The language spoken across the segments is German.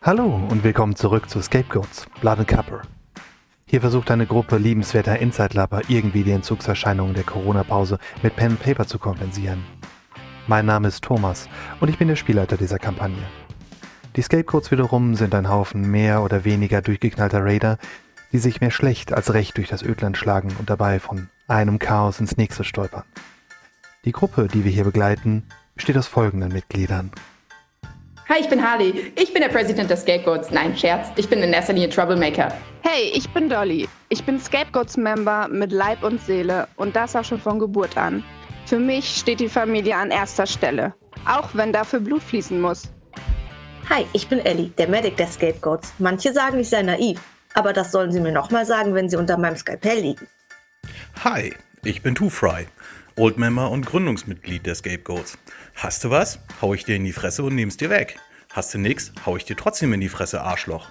Hallo und willkommen zurück zu Scapegoats, Blood and Copper. Hier versucht eine Gruppe liebenswerter Inside-Lapper irgendwie die Entzugserscheinungen der Corona-Pause mit Pen and Paper zu kompensieren. Mein Name ist Thomas und ich bin der Spielleiter dieser Kampagne. Die Scapegoats wiederum sind ein Haufen mehr oder weniger durchgeknallter Raider, die sich mehr schlecht als recht durch das Ödland schlagen und dabei von einem Chaos ins nächste stolpern. Die Gruppe, die wir hier begleiten, besteht aus folgenden Mitgliedern. Hi, ich bin Harley. Ich bin der Präsident der Scapegoats. Nein, Scherz. Ich bin in erster Linie Troublemaker. Hey, ich bin Dolly. Ich bin Scapegoats-Member mit Leib und Seele und das auch schon von Geburt an. Für mich steht die Familie an erster Stelle, auch wenn dafür Blut fließen muss. Hi, ich bin Ellie, der Medic der Scapegoats. Manche sagen, ich sei naiv, aber das sollen sie mir nochmal sagen, wenn sie unter meinem Skalpell liegen. Hi, ich bin Two-Fry, Oldmember und Gründungsmitglied der Scapegoats. Hast du was? Hau ich dir in die Fresse und nehm's dir weg. Hast du nix? Hau ich dir trotzdem in die Fresse, Arschloch.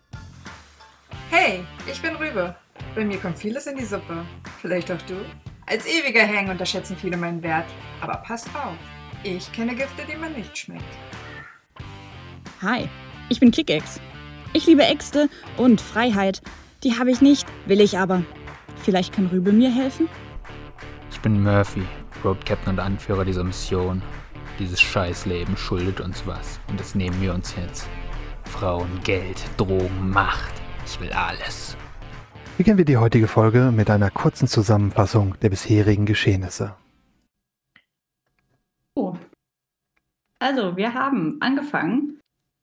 Hey, ich bin Rübe. Bei mir kommt vieles in die Suppe. Vielleicht auch du? Als ewiger Hang unterschätzen viele meinen Wert. Aber passt auf, ich kenne Gifte, die man nicht schmeckt. Hi, ich bin Kickex. Ich liebe Äxte und Freiheit. Die habe ich nicht, will ich aber. Vielleicht kann Rübe mir helfen? Ich bin Murphy, Road Captain und Anführer dieser Mission. Dieses Scheißleben schuldet uns was und das nehmen wir uns jetzt. Frauen, Geld, Drogen, Macht. Ich will alles. Beginnen wir die heutige Folge mit einer kurzen Zusammenfassung der bisherigen Geschehnisse. Also, wir haben angefangen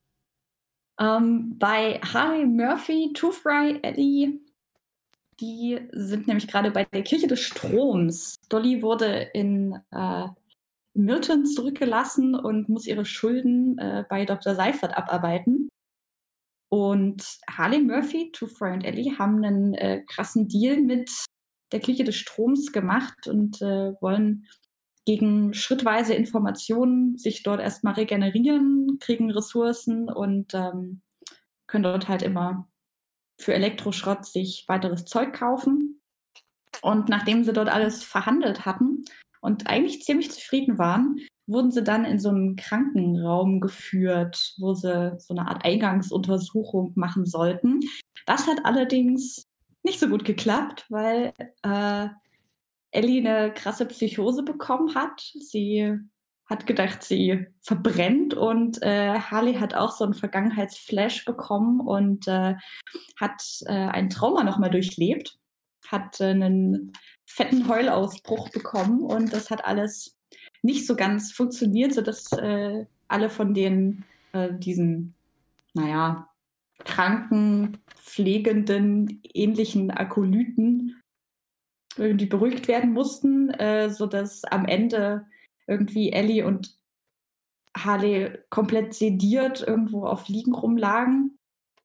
bei Harley, Murphy, Two-Fry, Ellie. Die sind nämlich gerade bei der Kirche des Stroms. Dolly wurde in Milton zurückgelassen und muss ihre Schulden bei Dr. Seifert abarbeiten. Und Harley, Murphy, Two-Fry und Ellie haben einen krassen Deal mit der Kirche des Stroms gemacht und wollen gegen schrittweise Informationen sich dort erstmal regenerieren, kriegen Ressourcen und können dort halt immer für Elektroschrott sich weiteres Zeug kaufen. Und nachdem sie dort alles verhandelt hatten und eigentlich ziemlich zufrieden waren, wurden sie dann in so einen Krankenraum geführt, wo sie so eine Art Eingangsuntersuchung machen sollten. Das hat allerdings nicht so gut geklappt, weil Ellie eine krasse Psychose bekommen hat. Sie hat gedacht, sie verbrennt und Harley hat auch so einen Vergangenheitsflash bekommen und hat ein Trauma nochmal durchlebt, hat einen fetten Heulausbruch bekommen und das hat alles nicht so ganz funktioniert, sodass alle von diesen, kranken, pflegenden, ähnlichen Akolyten irgendwie beruhigt werden mussten, sodass am Ende irgendwie Ellie und Harley komplett sediert irgendwo auf Liegen rumlagen.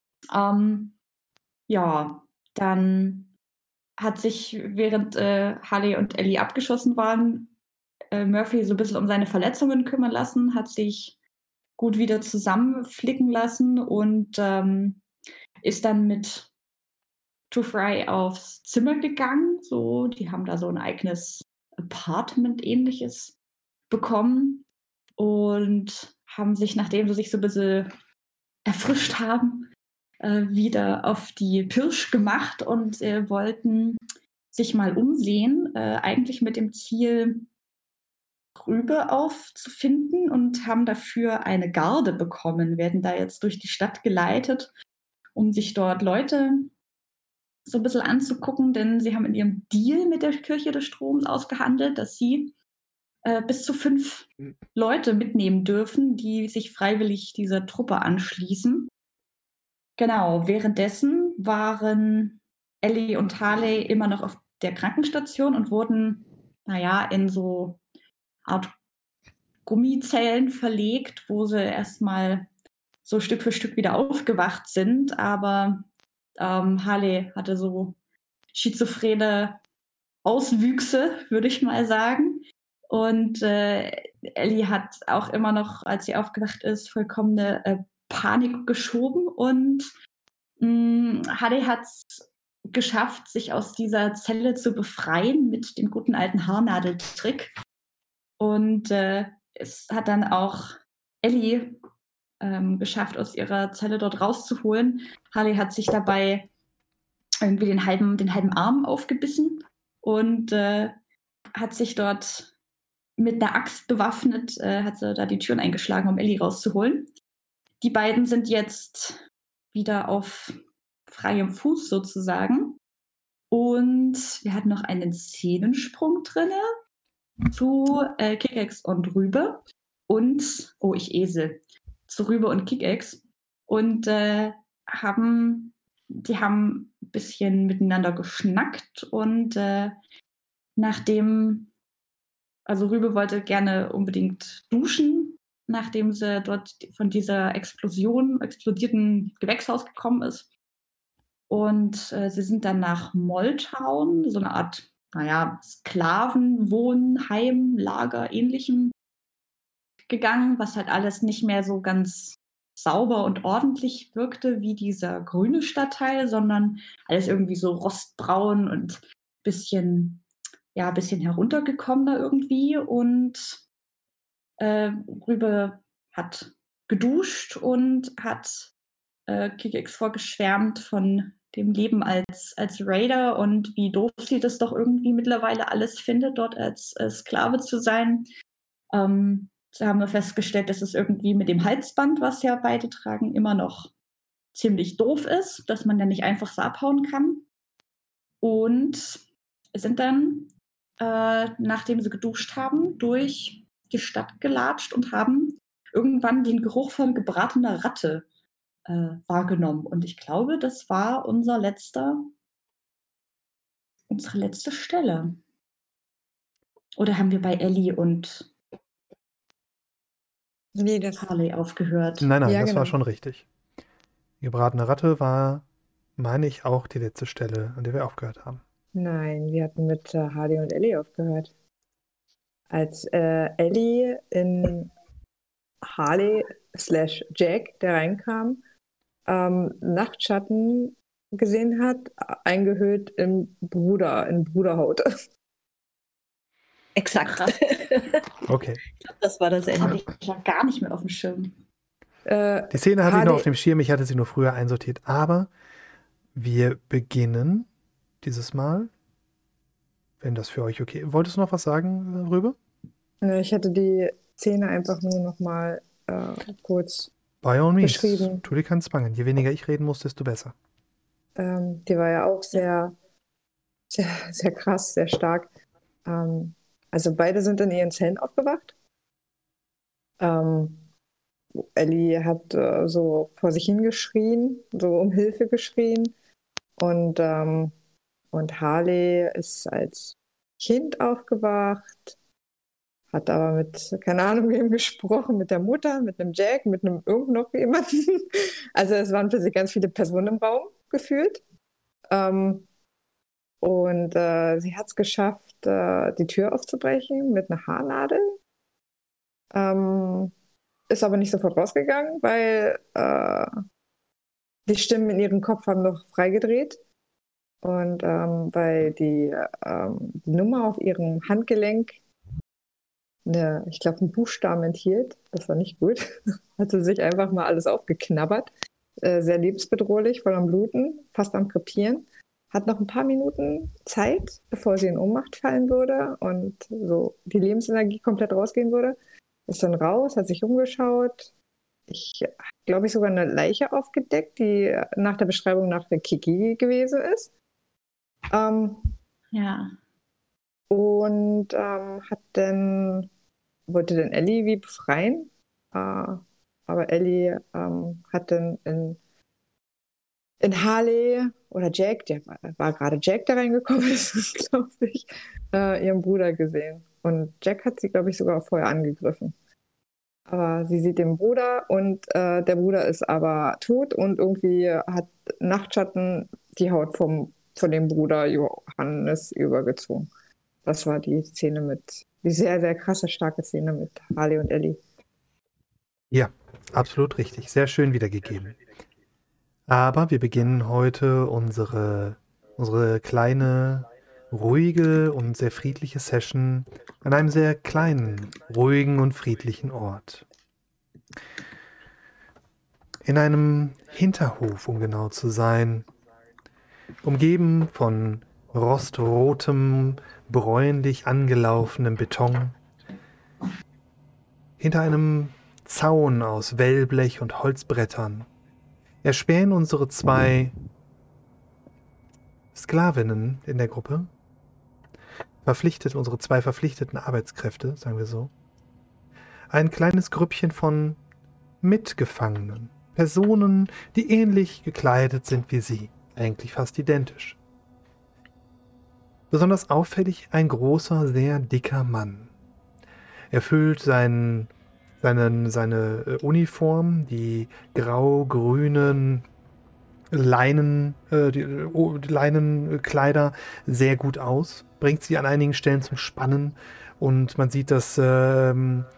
Dann hat sich, während Harley und Ellie abgeschossen waren, Murphy so ein bisschen um seine Verletzungen kümmern lassen, hat sich gut wieder zusammenflicken lassen und ist dann mit Two-Fry aufs Zimmer gegangen. So, die haben da so ein eigenes Apartment-ähnliches bekommen und haben sich, nachdem sie sich so ein bisschen erfrischt haben, wieder auf die Pirsch gemacht und wollten sich mal umsehen, eigentlich mit dem Ziel, Rübe aufzufinden und haben dafür eine Garde bekommen, werden da jetzt durch die Stadt geleitet, um sich dort Leute so ein bisschen anzugucken, denn sie haben in ihrem Deal mit der Kirche des Stroms ausgehandelt, dass sie bis zu 5 Leute mitnehmen dürfen, die sich freiwillig dieser Truppe anschließen. Genau, währenddessen waren Ellie und Harley immer noch auf der Krankenstation und wurden, in so Art Gummizellen verlegt, wo sie erstmal so Stück für Stück wieder aufgewacht sind. Aber Harley hatte so schizophrene Auswüchse, würde ich mal sagen. Und Ellie hat auch immer noch, als sie aufgewacht ist, vollkommene Panik geschoben. Und Harley hat es geschafft, sich aus dieser Zelle zu befreien mit dem guten alten Haarnadeltrick. Und es hat dann auch Ellie geschafft, aus ihrer Zelle dort rauszuholen. Harley hat sich dabei irgendwie den halben Arm aufgebissen und hat sich dort mit einer Axt bewaffnet, hat sie da die Türen eingeschlagen, um Ellie rauszuholen. Die beiden sind jetzt wieder auf freiem Fuß sozusagen. Und wir hatten noch einen Szenensprung drin zu Kickex und Rübe. Und, ich Esel, zu Rübe und Kickex. Und die haben ein bisschen miteinander geschnackt. Und also Rübe wollte gerne unbedingt duschen, nachdem sie dort von dieser explodierten Gewächshaus gekommen ist. Und sie sind dann nach Molltown, so eine Art, Sklavenwohnheim, Lager, ähnlichem, gegangen, was halt alles nicht mehr so ganz sauber und ordentlich wirkte wie dieser grüne Stadtteil, sondern alles irgendwie so rostbraun und bisschen heruntergekommener irgendwie. Und Rübe hat geduscht und hat Kickex vorgeschwärmt von dem Leben als Raider und wie doof sie das doch irgendwie mittlerweile alles findet, dort als Sklave zu sein. Da haben wir festgestellt, dass es irgendwie mit dem Halsband, was ja beide tragen, immer noch ziemlich doof ist, dass man ja nicht einfach so abhauen kann. Und sind dann, nachdem sie geduscht haben, durch die Stadt gelatscht und haben irgendwann den Geruch von gebratener Ratte wahrgenommen. Und ich glaube, das war unsere letzte Stelle. Oder haben wir bei Ellie und Harley aufgehört? Nein, Ja, das genau. war schon richtig. Die gebratene Ratte war, meine ich, auch die letzte Stelle, an der wir aufgehört haben. Nein, wir hatten mit Harley und Ellie aufgehört. Als Ellie in Harley/Jack, der reinkam, Nachtschatten gesehen hat, eingehüllt in Bruderhaut. Exakt. Krass. Okay. Das war das Das hatte Ende. ich ja gar nicht mehr auf dem Schirm. Die Szene hatte ich noch auf dem Schirm, ich hatte sie nur früher einsortiert. Aber wir beginnen dieses Mal, wenn das für euch okay ist. Wolltest du noch was sagen, Rübe? Ich hatte die Szene einfach nur noch mal kurz By all means, beschrieben. tu dir keinen Zwang an. Je weniger ich reden muss, desto besser. Die war ja auch sehr, sehr, sehr krass, sehr stark. Also beide sind in ihren Zellen aufgewacht. Ellie hat so vor sich hingeschrien, so um Hilfe geschrien. Und Harley ist als Kind aufgewacht, hat aber mit, keine Ahnung, wem gesprochen, mit der Mutter, mit einem Jack, mit einem noch jemanden. Also es waren für sie ganz viele Personen im Raum gefühlt. Und sie hat es geschafft, die Tür aufzubrechen mit einer Haarnadel. Ist aber nicht sofort rausgegangen, weil die Stimmen in ihrem Kopf haben noch freigedreht. Und weil die Nummer auf ihrem Handgelenk ich glaube, einen Buchstaben enthielt. Das war nicht gut. Hat sie sich einfach mal alles aufgeknabbert. Sehr lebensbedrohlich, voll am Bluten, fast am Krepieren. Hat noch ein paar Minuten Zeit, bevor sie in Ohnmacht fallen würde und so die Lebensenergie komplett rausgehen würde. Ist dann raus, hat sich umgeschaut. Ich glaube, ich sogar eine Leiche aufgedeckt, die nach der Beschreibung nach der Kiki gewesen ist. Ja. Und wollte dann Ellie wie befreien. Aber Ellie hat dann in Harley oder Jack, der war gerade Jack, der reingekommen ist, glaube ich, ihren Bruder gesehen. Und Jack hat sie, glaube ich, sogar vorher angegriffen. Aber sie sieht den Bruder und der Bruder ist aber tot und irgendwie hat Nachtschatten die Haut von dem Bruder Johannes übergezogen. Das war die sehr, sehr krasse, starke Szene mit Harley und Ellie. Ja, absolut richtig. Sehr schön wiedergegeben. Aber wir beginnen heute unsere kleine, ruhige und sehr friedliche Session an einem sehr kleinen, ruhigen und friedlichen Ort. in einem Hinterhof, um genau zu sein, umgeben von rostrotem, bräunlich angelaufenem Beton, hinter einem Zaun aus Wellblech und Holzbrettern erspähen unsere 2 Sklavinnen in der Gruppe, unsere 2 verpflichteten Arbeitskräfte, sagen wir so, ein kleines Grüppchen von Mitgefangenen, Personen, die ähnlich gekleidet sind wie sie, eigentlich fast identisch. Besonders auffällig ein großer, sehr dicker Mann. Er füllt seine Uniform, die grau-grünen Leinenkleider sehr gut aus, bringt sie an einigen Stellen zum Spannen und man sieht, dass er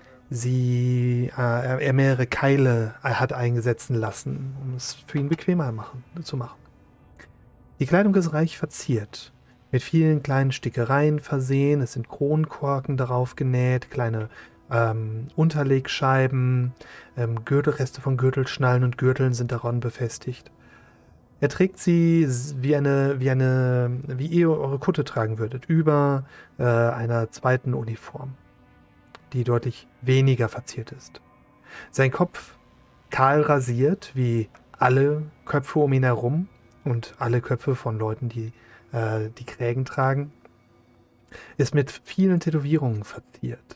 mehrere Keile hat einsetzen lassen, um es für ihn bequemer zu machen. Die Kleidung ist reich verziert, mit vielen kleinen Stickereien versehen. Es sind Kronkorken darauf genäht, kleine Unterlegscheiben, Gürtelreste von Gürtelschnallen und Gürteln sind daran befestigt. Er trägt sie wie ihr eure Kutte tragen würdet, über einer zweiten Uniform, die deutlich weniger verziert ist. Sein Kopf kahl rasiert, wie alle Köpfe um ihn herum und alle Köpfe von Leuten, die die Krägen tragen, ist mit vielen Tätowierungen verziert.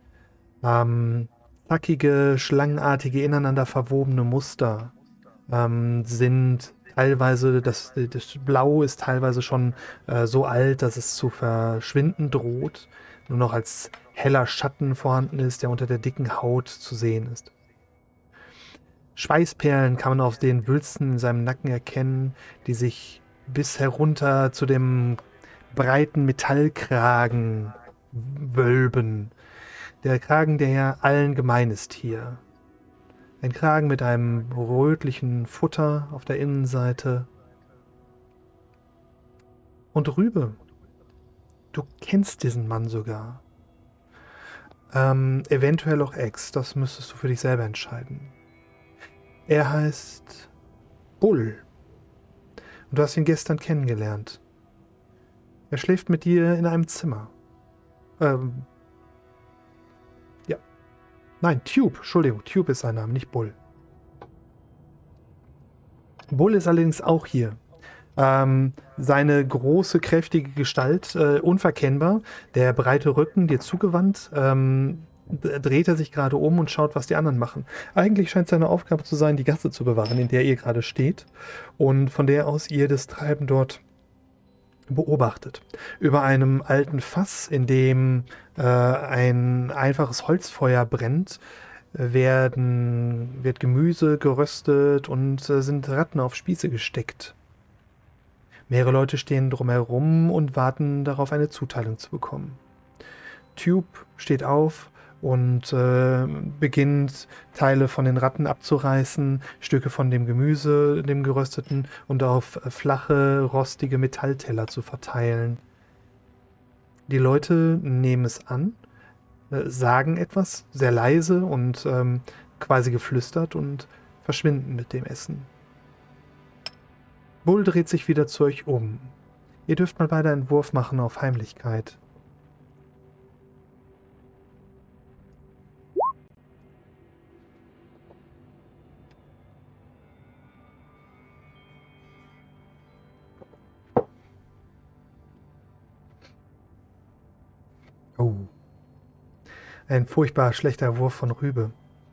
Zackige, schlangenartige, ineinander verwobene Muster sind teilweise, das Blau ist teilweise schon so alt, dass es zu verschwinden droht, nur noch als heller Schatten vorhanden ist, der unter der dicken Haut zu sehen ist. Schweißperlen kann man auf den Wülsten in seinem Nacken erkennen, die sich bis herunter zu dem breiten Metallkragen wölben. Der Kragen, der ja allen gemein ist hier. Ein Kragen mit einem rötlichen Futter auf der Innenseite. Und Rübe, du kennst diesen Mann sogar. Eventuell auch Ex, das müsstest du für dich selber entscheiden. Er heißt Bull. Und du hast ihn gestern kennengelernt. Er schläft mit dir in einem Zimmer. Ja. Nein, Tube. Entschuldigung, Tube ist sein Name, nicht Bull. Bull ist allerdings auch hier. Seine große, kräftige Gestalt, unverkennbar. Der breite Rücken, dir zugewandt, dreht er sich gerade um und schaut, was die anderen machen. Eigentlich scheint seine Aufgabe zu sein, die Gasse zu bewahren, in der ihr gerade steht und von der aus ihr das Treiben dort beobachtet. Über einem alten Fass, in dem ein einfaches Holzfeuer brennt, wird Gemüse geröstet und sind Ratten auf Spieße gesteckt. Mehrere Leute stehen drumherum und warten darauf, eine Zuteilung zu bekommen. Tube steht auf und beginnt Teile von den Ratten abzureißen, Stücke von dem Gemüse, dem gerösteten, und auf flache, rostige Metallteller zu verteilen. Die Leute nehmen es an, sagen etwas, sehr leise und quasi geflüstert und verschwinden mit dem Essen. Bull dreht sich wieder zu euch um. Ihr dürft mal beide einen Wurf machen auf Heimlichkeit. Oh. Ein furchtbar schlechter Wurf von Rübe.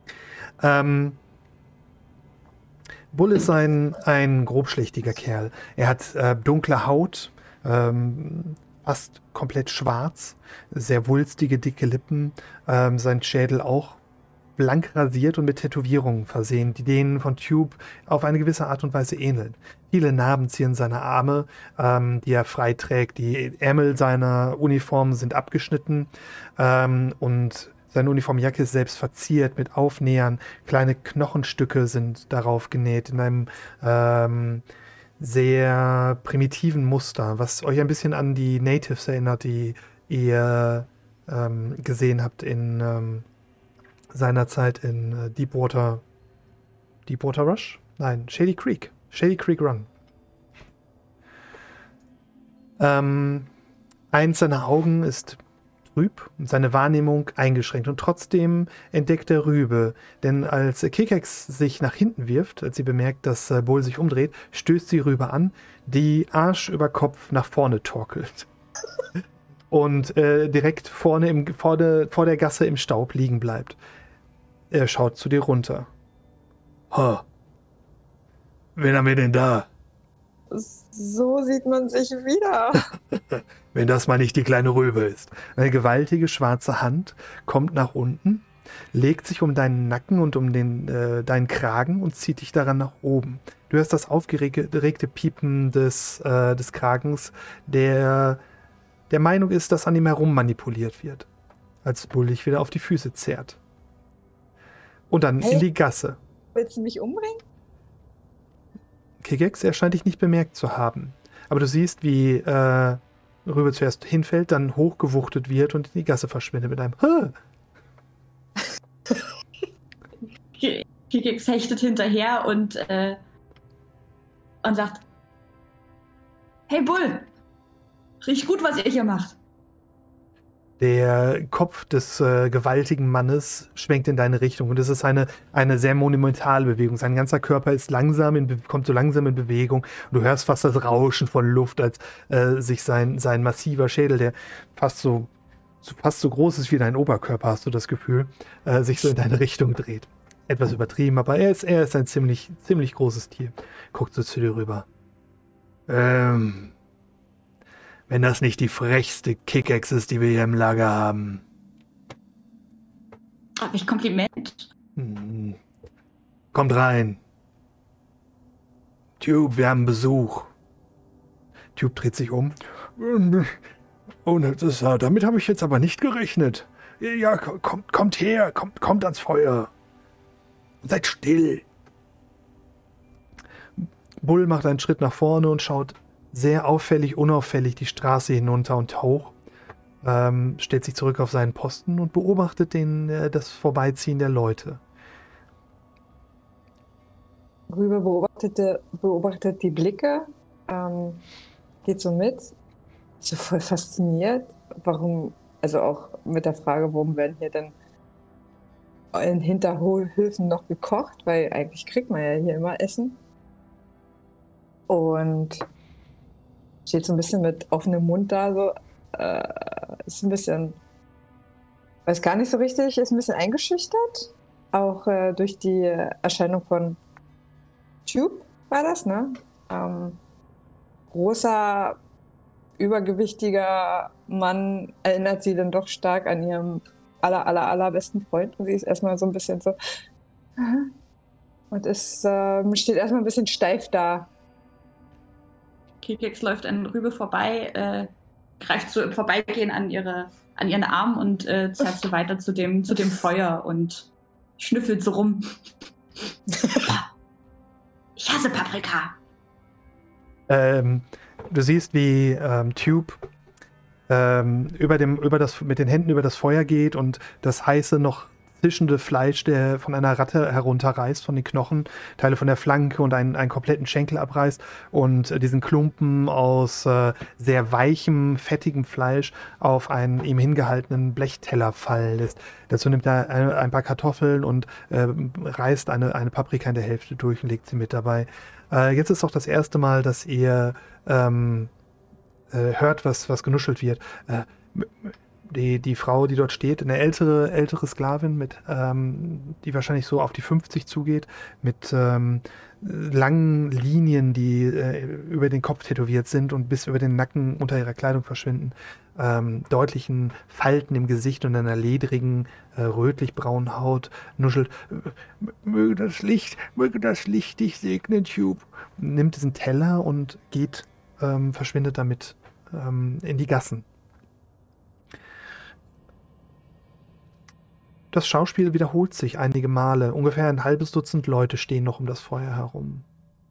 Bull ist ein grobschlächtiger Kerl. Er hat dunkle Haut, fast komplett schwarz, sehr wulstige, dicke Lippen, sein Schädel auch blank rasiert und mit Tätowierungen versehen, die denen von Tube auf eine gewisse Art und Weise ähneln. Viele Narben zieren seine Arme, die er frei trägt. Die Ärmel seiner Uniform sind abgeschnitten und seine Uniformjacke ist selbst verziert mit Aufnähern. Kleine Knochenstücke sind darauf genäht in einem sehr primitiven Muster, was euch ein bisschen an die Natives erinnert, die ihr gesehen habt in seiner Zeit in Deepwater Deepwater Rush? Nein, Shady Creek. Shady Creek Run. Eins seiner Augen ist trüb und seine Wahrnehmung eingeschränkt. Und trotzdem entdeckt er Rübe. Denn als Kickaxe sich nach hinten wirft, als sie bemerkt, dass Bull sich umdreht, stößt sie Rübe an, die Arsch über Kopf nach vorne torkelt. Und direkt vor der Gasse im Staub liegen bleibt. Er schaut zu dir runter. Ha. Wen haben wir denn da? So sieht man sich wieder. Wenn das mal nicht die kleine Rübe ist. Eine gewaltige schwarze Hand kommt nach unten, legt sich um deinen Nacken und um deinen Kragen und zieht dich daran nach oben. Du hörst das aufgeregte Piepen des Kragens, der Meinung ist, dass an ihm herum manipuliert wird, als Bull dich wieder auf die Füße zerrt. Und dann in die Gasse. Willst du mich umbringen? Kickaxe, er scheint dich nicht bemerkt zu haben. Aber du siehst, wie Rübe zuerst hinfällt, dann hochgewuchtet wird und in die Gasse verschwindet mit einem Kickaxe hechtet hinterher und sagt: Hey Bull, riecht gut, was ihr hier macht. Der Kopf des gewaltigen Mannes schwenkt in deine Richtung und es ist eine sehr monumentale Bewegung. Sein ganzer Körper ist kommt so langsam in Bewegung und du hörst fast das Rauschen von Luft, als sich sein massiver Schädel, der fast so groß ist wie dein Oberkörper, hast du das Gefühl, sich so in deine Richtung dreht. Etwas übertrieben, aber er ist ein ziemlich großes Tier. Guckt so zu dir rüber. Wenn das nicht die frechste Kickaxe ist, die wir hier im Lager haben. Ach, nicht Kompliment. Kommt rein. Tube, wir haben Besuch. Tube dreht sich um. Oh, damit habe ich jetzt aber nicht gerechnet. Ja, kommt her, kommt ans Feuer. Seid still. Bull macht einen Schritt nach vorne und schaut sehr unauffällig die Straße hinunter und hoch, stellt sich zurück auf seinen Posten und beobachtet das Vorbeiziehen der Leute. Rübe beobachtet die Blicke, geht so mit, so voll fasziniert. Warum, also auch mit der Frage, warum werden hier denn in Hinterhöfen noch gekocht, weil eigentlich kriegt man ja hier immer Essen. Und steht so ein bisschen mit offenem Mund da, so, ist ein bisschen, weiß gar nicht so richtig, ist ein bisschen eingeschüchtert. Auch durch die Erscheinung von Tube war das, ne? Großer, übergewichtiger Mann erinnert sie dann doch stark an ihrem allerbesten Freund. Und sie ist erstmal so ein bisschen so und steht erstmal ein bisschen steif da. Kickaxe läuft an Rübe vorbei, greift so im Vorbeigehen an ihren Arm und zerrt so weiter zu dem Feuer und schnüffelt so rum. Ich hasse Paprika. Du siehst, wie Tube mit den Händen über das Feuer geht und das heiße, noch zischende Fleisch, der von einer Ratte herunterreißt, von den Knochen, Teile von der Flanke und einen kompletten Schenkel abreißt und diesen Klumpen aus sehr weichem, fettigem Fleisch auf einen ihm hingehaltenen Blechteller fallen lässt. Dazu nimmt er ein paar Kartoffeln und reißt eine Paprika in der Hälfte durch und legt sie mit dabei. Jetzt ist auch das erste Mal, dass ihr hört, was genuschelt wird. Die Frau, die dort steht, eine ältere Sklavin, die wahrscheinlich so auf die 50 zugeht, mit langen Linien, die über den Kopf tätowiert sind und bis über den Nacken unter ihrer Kleidung verschwinden, deutlichen Falten im Gesicht und einer ledrigen, rötlich-braunen Haut, nuschelt: Möge das Licht dich segnen, Tube. Nimmt diesen Teller und verschwindet damit in die Gassen. Das Schauspiel wiederholt sich einige Male. Ungefähr ein halbes Dutzend Leute stehen noch um das Feuer herum.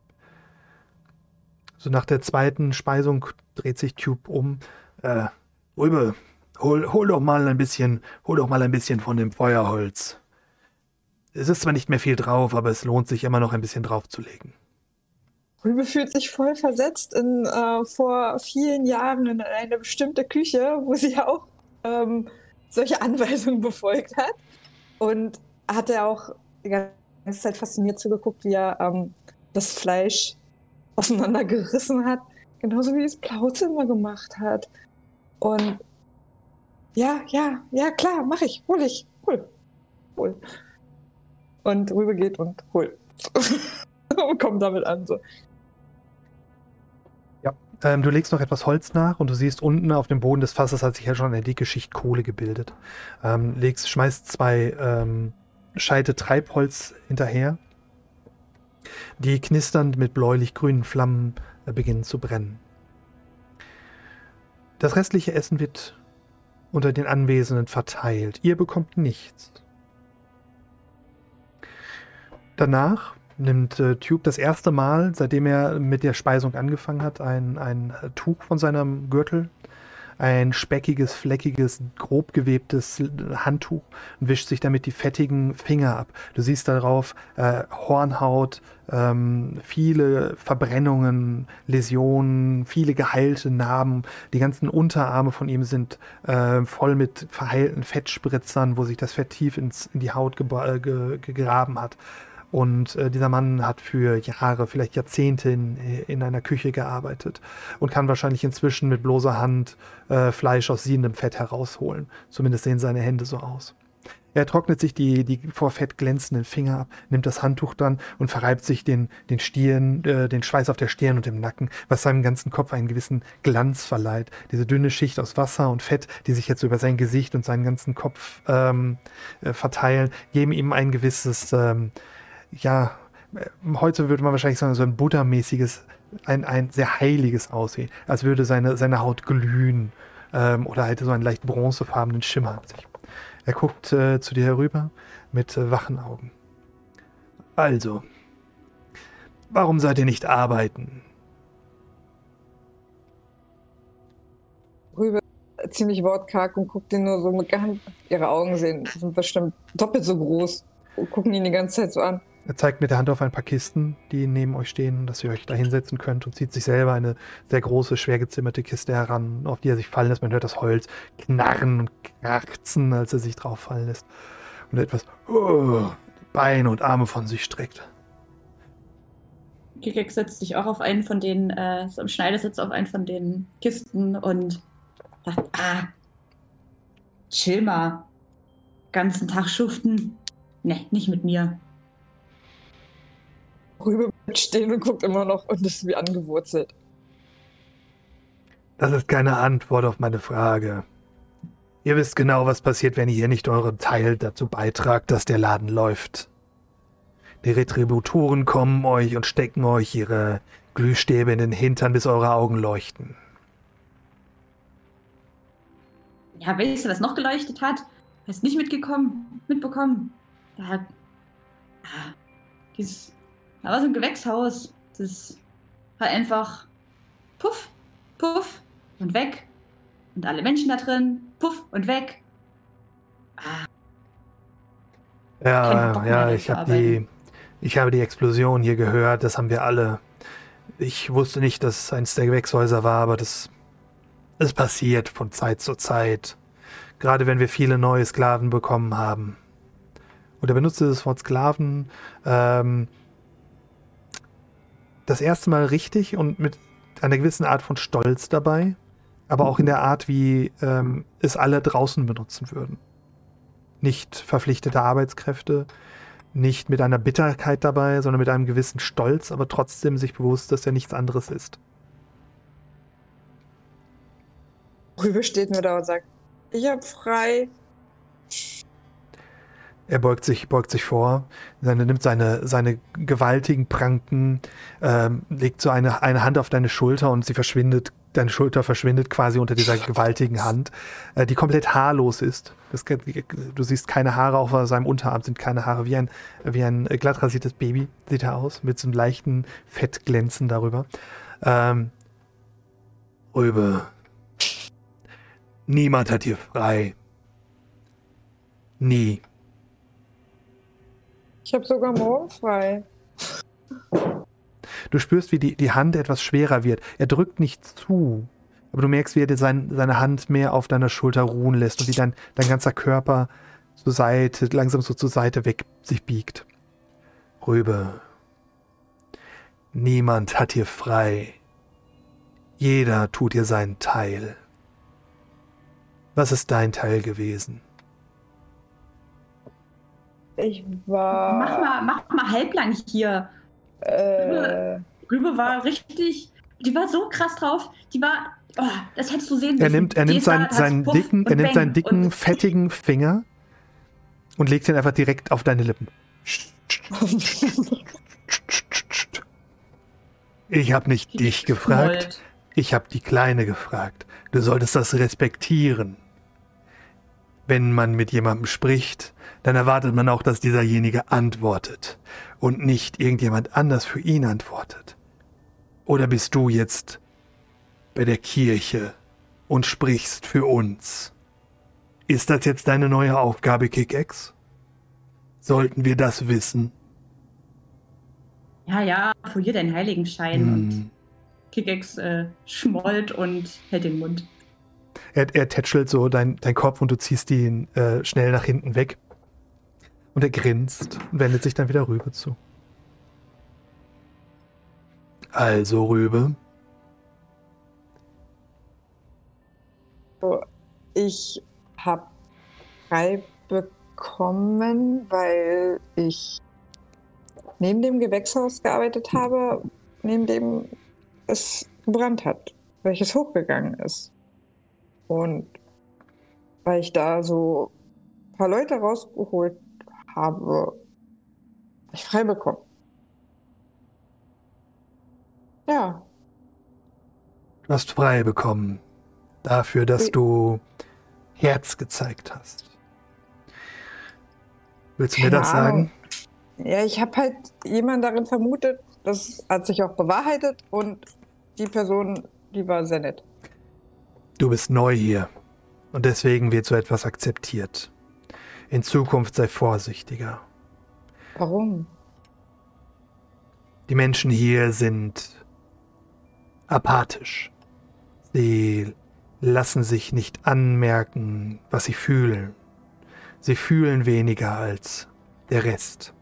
So nach der zweiten Speisung dreht sich Tube um. Rübe, hol doch mal ein bisschen von dem Feuerholz. Es ist zwar nicht mehr viel drauf, aber es lohnt sich immer noch ein bisschen draufzulegen. Rübe fühlt sich voll versetzt in vor vielen Jahren in eine bestimmte Küche, wo sie auch solche Anweisungen befolgt hat. Und hat er auch die ganze Zeit fasziniert zugeguckt, wie er das Fleisch auseinandergerissen hat. Genauso wie es Plauze immer gemacht hat. Und ja, klar, mach ich. Hol. Und Rübe geht und holt. Und kommt damit an, so. Ja, du legst noch etwas Holz nach und du siehst unten auf dem Boden des Fasses hat sich ja schon eine dicke Schicht Kohle gebildet. Schmeißt 2 Scheite Treibholz hinterher, die knisternd mit bläulich-grünen Flammen beginnen zu brennen. Das restliche Essen wird unter den Anwesenden verteilt. Ihr bekommt nichts. Danach nimmt Tube das erste Mal, seitdem er mit der Speisung angefangen hat, ein Tuch von seinem Gürtel, ein speckiges, fleckiges, grob gewebtes Handtuch und wischt sich damit die fettigen Finger ab. Du siehst darauf Hornhaut, viele Verbrennungen, Läsionen, viele geheilte Narben. Die ganzen Unterarme von ihm sind voll mit verheilten Fettspritzern, wo sich das Fett tief in die Haut gegraben hat. Und dieser Mann hat für Jahre, vielleicht Jahrzehnte in einer Küche gearbeitet und kann wahrscheinlich inzwischen mit bloßer Hand Fleisch aus siedendem Fett herausholen. Zumindest sehen seine Hände so aus. Er trocknet sich die vor Fett glänzenden Finger ab, nimmt das Handtuch dran und verreibt sich den Schweiß auf der Stirn und im Nacken, was seinem ganzen Kopf einen gewissen Glanz verleiht. Diese dünne Schicht aus Wasser und Fett, die sich jetzt über sein Gesicht und seinen ganzen Kopf verteilen, geben ihm ein gewisses heute würde man wahrscheinlich sagen, so ein Buddha-mäßiges, ein sehr heiliges Aussehen, als würde seine Haut glühen oder halt so einen leicht bronzefarbenen Schimmer an sich. Er guckt zu dir herüber mit wachen Augen. Also, warum seid ihr nicht arbeiten? Rübe ziemlich wortkarg und guckt ihn nur so mit Hand. Ihre Augen sind bestimmt doppelt so groß und gucken ihn die ganze Zeit so an. Er zeigt mit der Hand auf ein paar Kisten, die neben euch stehen, dass ihr euch da hinsetzen könnt und zieht sich selber eine sehr große, schwer gezimmerte Kiste heran, auf die er sich fallen lässt. Man hört das Holz knarren und knacksen, als er sich drauf fallen lässt. Und etwas die Beine und Arme von sich streckt. Kikek setzt sich auch auf einen von den, so im Schneidersitz auf einen von den Kisten und sagt, chill mal. Ganzen Tag schuften. Ne, nicht mit mir. Rübe bleibt stehen und guckt immer noch und ist wie angewurzelt. Das ist keine Antwort auf meine Frage. Ihr wisst genau, was passiert, wenn ihr nicht euren Teil dazu beitragt, dass der Laden läuft. Die Retributoren kommen euch und stecken euch ihre Glühstäbe in den Hintern, bis eure Augen leuchten. Ja, weißt du, was noch geleuchtet hat? Hast nicht mitbekommen. Da war so ein Gewächshaus. Das war einfach puff, puff und weg. Und alle Menschen da drin, puff und weg. Ja, ich habe die Explosion hier gehört, das haben wir alle. Ich wusste nicht, dass es eines der Gewächshäuser war, aber es passiert von Zeit zu Zeit. Gerade wenn wir viele neue Sklaven bekommen haben. Und er benutzte das Wort Sklaven das erste Mal richtig und mit einer gewissen Art von Stolz dabei, aber auch in der Art, wie es alle draußen benutzen würden. Nicht verpflichtete Arbeitskräfte, nicht mit einer Bitterkeit dabei, sondern mit einem gewissen Stolz, aber trotzdem sich bewusst, dass er nichts anderes ist. Rübe steht nur da und sagt, ich hab frei. Er beugt sich vor, nimmt seine gewaltigen Pranken, legt so eine Hand auf deine Schulter und deine Schulter verschwindet quasi unter dieser gewaltigen Hand, die komplett haarlos ist. Du siehst keine Haare, auf seinem Unterarm sind keine Haare, wie ein glatt rasiertes Baby sieht er aus, mit so einem leichten Fettglänzen darüber. Rübe, niemand hat hier frei. Nie. Ich habe sogar morgen frei. Du spürst, wie die Hand etwas schwerer wird. Er drückt nicht zu, aber du merkst, wie er seine Hand mehr auf deiner Schulter ruhen lässt und wie dein ganzer Körper zur Seite, langsam so zur Seite weg sich biegt. Rübe. Niemand hat hier frei. Jeder tut hier seinen Teil. Was ist dein Teil gewesen? Ich war... Mach mal halblang hier. Rübe war richtig... Die war so krass drauf. Die war... Oh, das hättest du sehen müssen. Er nimmt seinen dicken, fettigen Finger und legt ihn einfach direkt auf deine Lippen. Ich habe nicht dich gefragt. Ich habe die Kleine gefragt. Du solltest das respektieren. Wenn man mit jemandem spricht, dann erwartet man auch, dass dieserjenige antwortet und nicht irgendjemand anders für ihn antwortet. Oder bist du jetzt bei der Kirche und sprichst für uns? Ist das jetzt deine neue Aufgabe, Kickex? Sollten wir das wissen? Ja, folier deinen Heiligenschein. Und Kickex schmollt und hält den Mund. Er tätschelt so dein Kopf und du ziehst ihn schnell nach hinten weg. Und er grinst und wendet sich dann wieder Rübe zu. Also, Rübe. Ich habe frei bekommen, weil ich neben dem Gewächshaus gearbeitet habe, neben dem es gebrannt hat, welches hochgegangen ist. Und weil ich da so ein paar Leute rausgeholt habe, habe ich frei bekommen. Ja. Du hast frei bekommen. Dafür, dass du Herz gezeigt hast. Willst du mir das sagen? Ja, ich habe halt jemanden darin vermutet, das hat sich auch bewahrheitet und die Person, die war sehr nett. Du bist neu hier und deswegen wird so etwas akzeptiert. In Zukunft sei vorsichtiger. Warum? Die Menschen hier sind apathisch. Sie lassen sich nicht anmerken, was sie fühlen. Sie fühlen weniger als der Rest.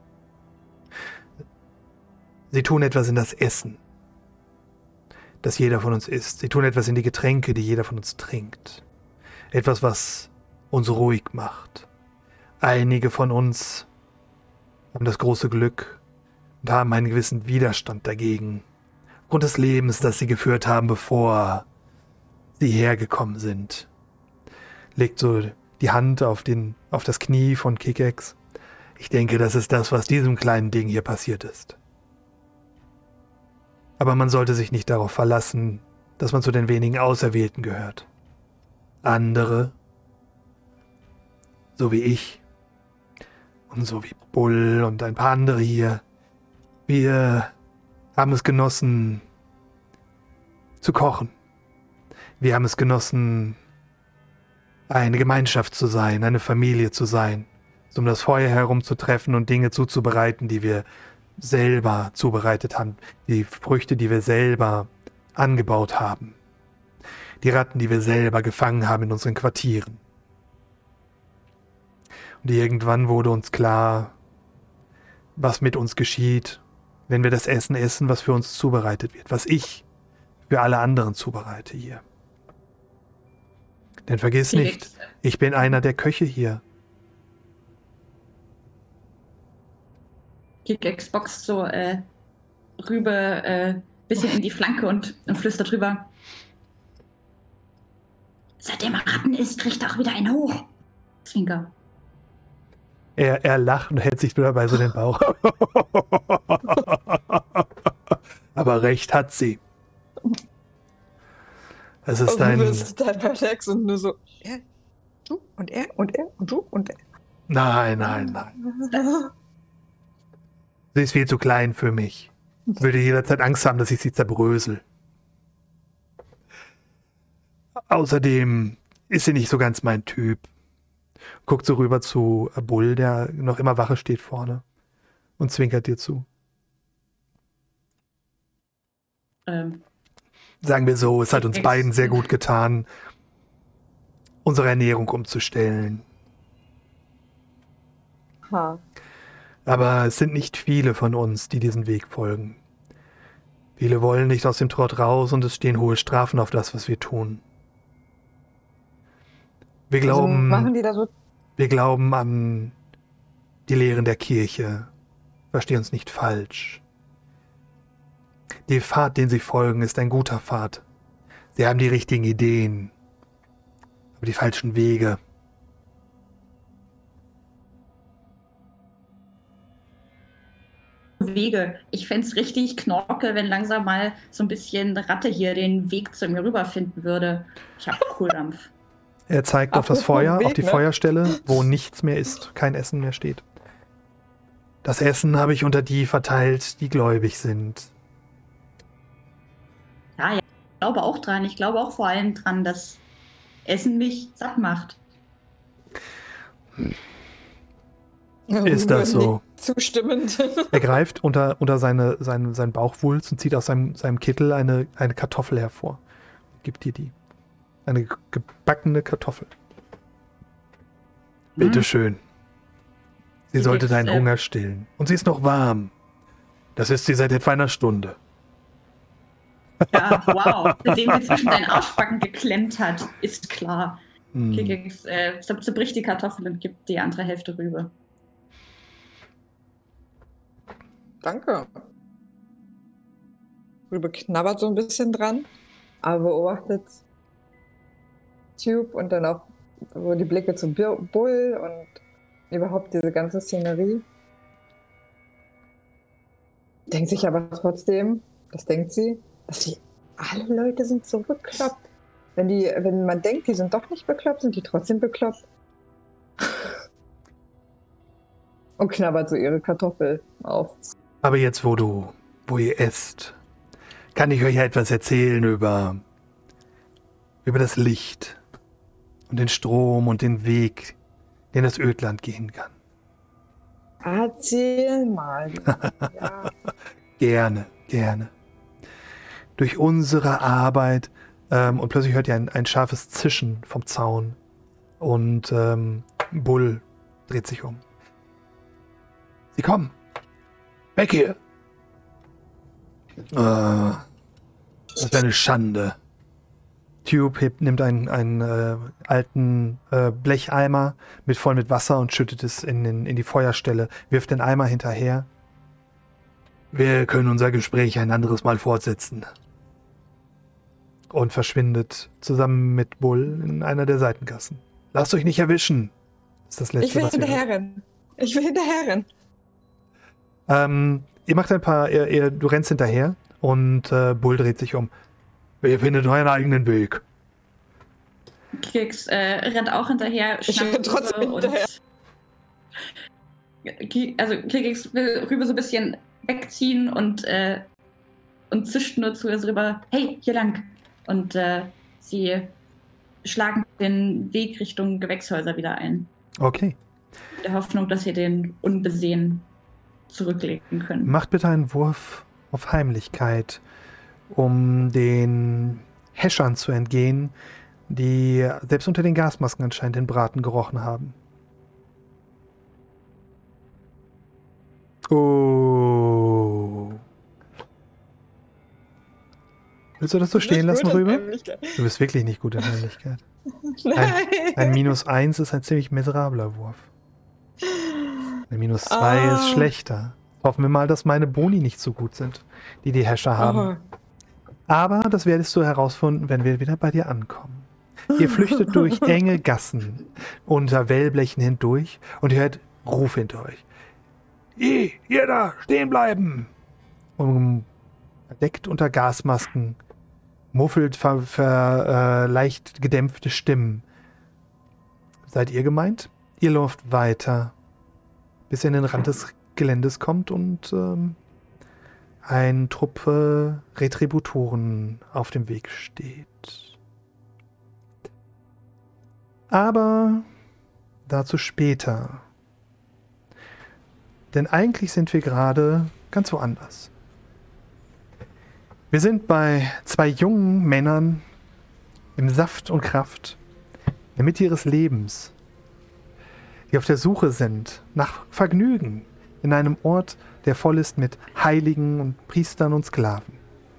Sie tun etwas in das Essen, das jeder von uns isst. Sie tun etwas in die Getränke, die jeder von uns trinkt. Etwas, was uns ruhig macht. Einige von uns haben das große Glück und haben einen gewissen Widerstand dagegen. Aufgrund des Lebens, das sie geführt haben, bevor sie hergekommen sind. Legt so die Hand auf das Knie von Kickex. Ich denke, das ist das, was diesem kleinen Ding hier passiert ist. Aber man sollte sich nicht darauf verlassen, dass man zu den wenigen Auserwählten gehört. Andere, so wie ich und so wie Bull und ein paar andere hier, wir haben es genossen zu kochen. Wir haben es genossen, eine Gemeinschaft zu sein, eine Familie zu sein, um das Feuer herumzutreffen und Dinge zuzubereiten, die wir selber zubereitet haben, die Früchte, die wir selber angebaut haben, die Ratten, die wir selber gefangen haben in unseren Quartieren. Und irgendwann wurde uns klar, was mit uns geschieht, wenn wir das Essen essen, was für uns zubereitet wird, was ich für alle anderen zubereite hier. Denn vergiss nicht, ich bin einer der Köche hier. Kickex boxt so Rübe bisschen in die Flanke und flüstert drüber. Seitdem er Ratten isst, kriegt er auch wieder einen hoch. Zwinker. Er lacht und hält sich wieder bei so den Bauch. Aber recht hat sie. Es ist Du bist dein Verlex und nur so, er, du und er und er und du und er. Nein. Sie ist viel zu klein für mich. Würde jederzeit Angst haben, dass ich sie zerbrösel. Außerdem ist sie nicht so ganz mein Typ. Guckt so rüber zu Bull, der noch immer Wache steht vorne. und zwinkert dir zu. Sagen wir so, es hat uns beiden sehr gut getan, unsere Ernährung umzustellen. Ha. Aber es sind nicht viele von uns, die diesen Weg folgen. Viele wollen nicht aus dem Trott raus und es stehen hohe Strafen auf das, was wir tun. Wir glauben, machen die da so? Wir glauben an die Lehren der Kirche. Versteh uns nicht falsch. Der Pfad, den sie folgen, ist ein guter Pfad. Sie haben die richtigen Ideen, aber die falschen Wege. Wege. Ich fände es richtig knorke, wenn langsam mal so ein bisschen Ratte hier den Weg zu mir rüberfinden würde. Ich habe Kohldampf. Er zeigt auf das Feuer, auf die Feuerstelle, wo nichts mehr ist, kein Essen mehr steht. Das Essen habe ich unter die verteilt, die gläubig sind. Ja, ich glaube auch dran. Ich glaube auch vor allem dran, dass Essen mich satt macht. Ist das so? Zustimmend. Er greift unter seinen Bauchwulst und zieht aus seinem Kittel eine Kartoffel hervor. Gibt dir die. Eine gebackene Kartoffel. Bitteschön. Sie sollte deinen Hunger stillen. Und sie ist noch warm. Das ist sie seit etwa einer Stunde. Ja, wow. Seitdem sie zwischen deinen Arschbacken geklemmt hat, ist klar. Kikix zerbricht die Kartoffel und gibt die andere Hälfte rüber. Danke. Rübe knabbert so ein bisschen dran, aber beobachtet Tube und dann auch so die Blicke zu Bull und überhaupt diese ganze Szenerie. Denkt sich aber trotzdem, das denkt sie, dass die alle Leute sind so bekloppt. Wenn man denkt, die sind doch nicht bekloppt, sind die trotzdem bekloppt. Und knabbert so ihre Kartoffel auf. Aber jetzt, wo ihr esst, kann ich euch etwas erzählen über das Licht und den Strom und den Weg, den das Ödland gehen kann. Erzähl mal. Ja. Gerne. Durch unsere Arbeit, und plötzlich hört ihr ein scharfes Zischen vom Zaun und Bull dreht sich um. Sie kommen. Weg hier. Das ist eine Schande. Tube nimmt einen alten Blecheimer voll mit Wasser und schüttet es in die Feuerstelle, wirft den Eimer hinterher. Wir können unser Gespräch ein anderes Mal fortsetzen. Und verschwindet zusammen mit Bull in einer der Seitengassen. Lasst euch nicht erwischen. Das ist das Letzte, Ich will was wir hinterherrennen. Ich will hinterherrennen. Ihr macht du rennst hinterher und Bull dreht sich um. Ihr findet euren eigenen Weg. Kix rennt auch hinterher. Ich renne trotzdem hinterher. Also Kix will Rübe so ein bisschen wegziehen und zischt nur zu ihr rüber. Hey, hier lang. Und sie schlagen den Weg Richtung Gewächshäuser wieder ein. Okay. In der Hoffnung, dass sie den unbesehen zurücklegen können. Macht bitte einen Wurf auf Heimlichkeit, um den Häschern zu entgehen, die selbst unter den Gasmasken anscheinend den Braten gerochen haben. Oh. Willst du das so stehen lassen, Rübe? Du bist wirklich nicht gut in Heimlichkeit. Ein -1 ist ein ziemlich miserabler Wurf. Ein -2 ist schlechter. Hoffen wir mal, dass meine Boni nicht so gut sind, die Häscher haben. Aber das werdest du herausfinden, wenn wir wieder bei dir ankommen. Ihr flüchtet durch enge Gassen, unter Wellblechen hindurch und ihr hört Ruf hinter euch. Ihr da, stehen bleiben! Und verdeckt unter Gasmasken, muffelt leicht gedämpfte Stimmen. Seid ihr gemeint? Ihr lauft weiter, bis ihr an den Rand des Geländes kommt und ein Truppe Retributoren auf dem Weg steht. Aber dazu später. denn eigentlich sind wir gerade ganz woanders. Wir sind bei 2 jungen Männern im Saft und Kraft, in der Mitte ihres Lebens, die auf der Suche sind nach Vergnügen in einem Ort, der voll ist mit Heiligen und Priestern und Sklaven.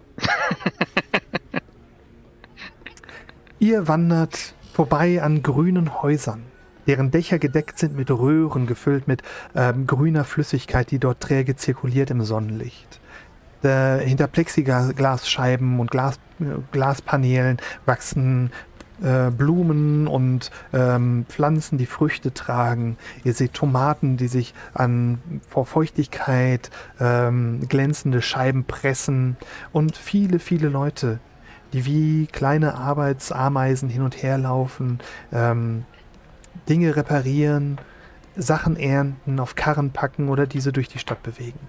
Ihr wandert vorbei an grünen Häusern, deren Dächer gedeckt sind mit Röhren, gefüllt mit grüner Flüssigkeit, die dort träge zirkuliert im Sonnenlicht. Hinter Plexiglasscheiben und Glaspaneelen wachsen Blumen und Pflanzen, die Früchte tragen. Ihr seht Tomaten, die sich vor Feuchtigkeit glänzende Scheiben pressen und viele, viele Leute, die wie kleine Arbeitsameisen hin und her laufen, Dinge reparieren, Sachen ernten, auf Karren packen oder diese durch die Stadt bewegen.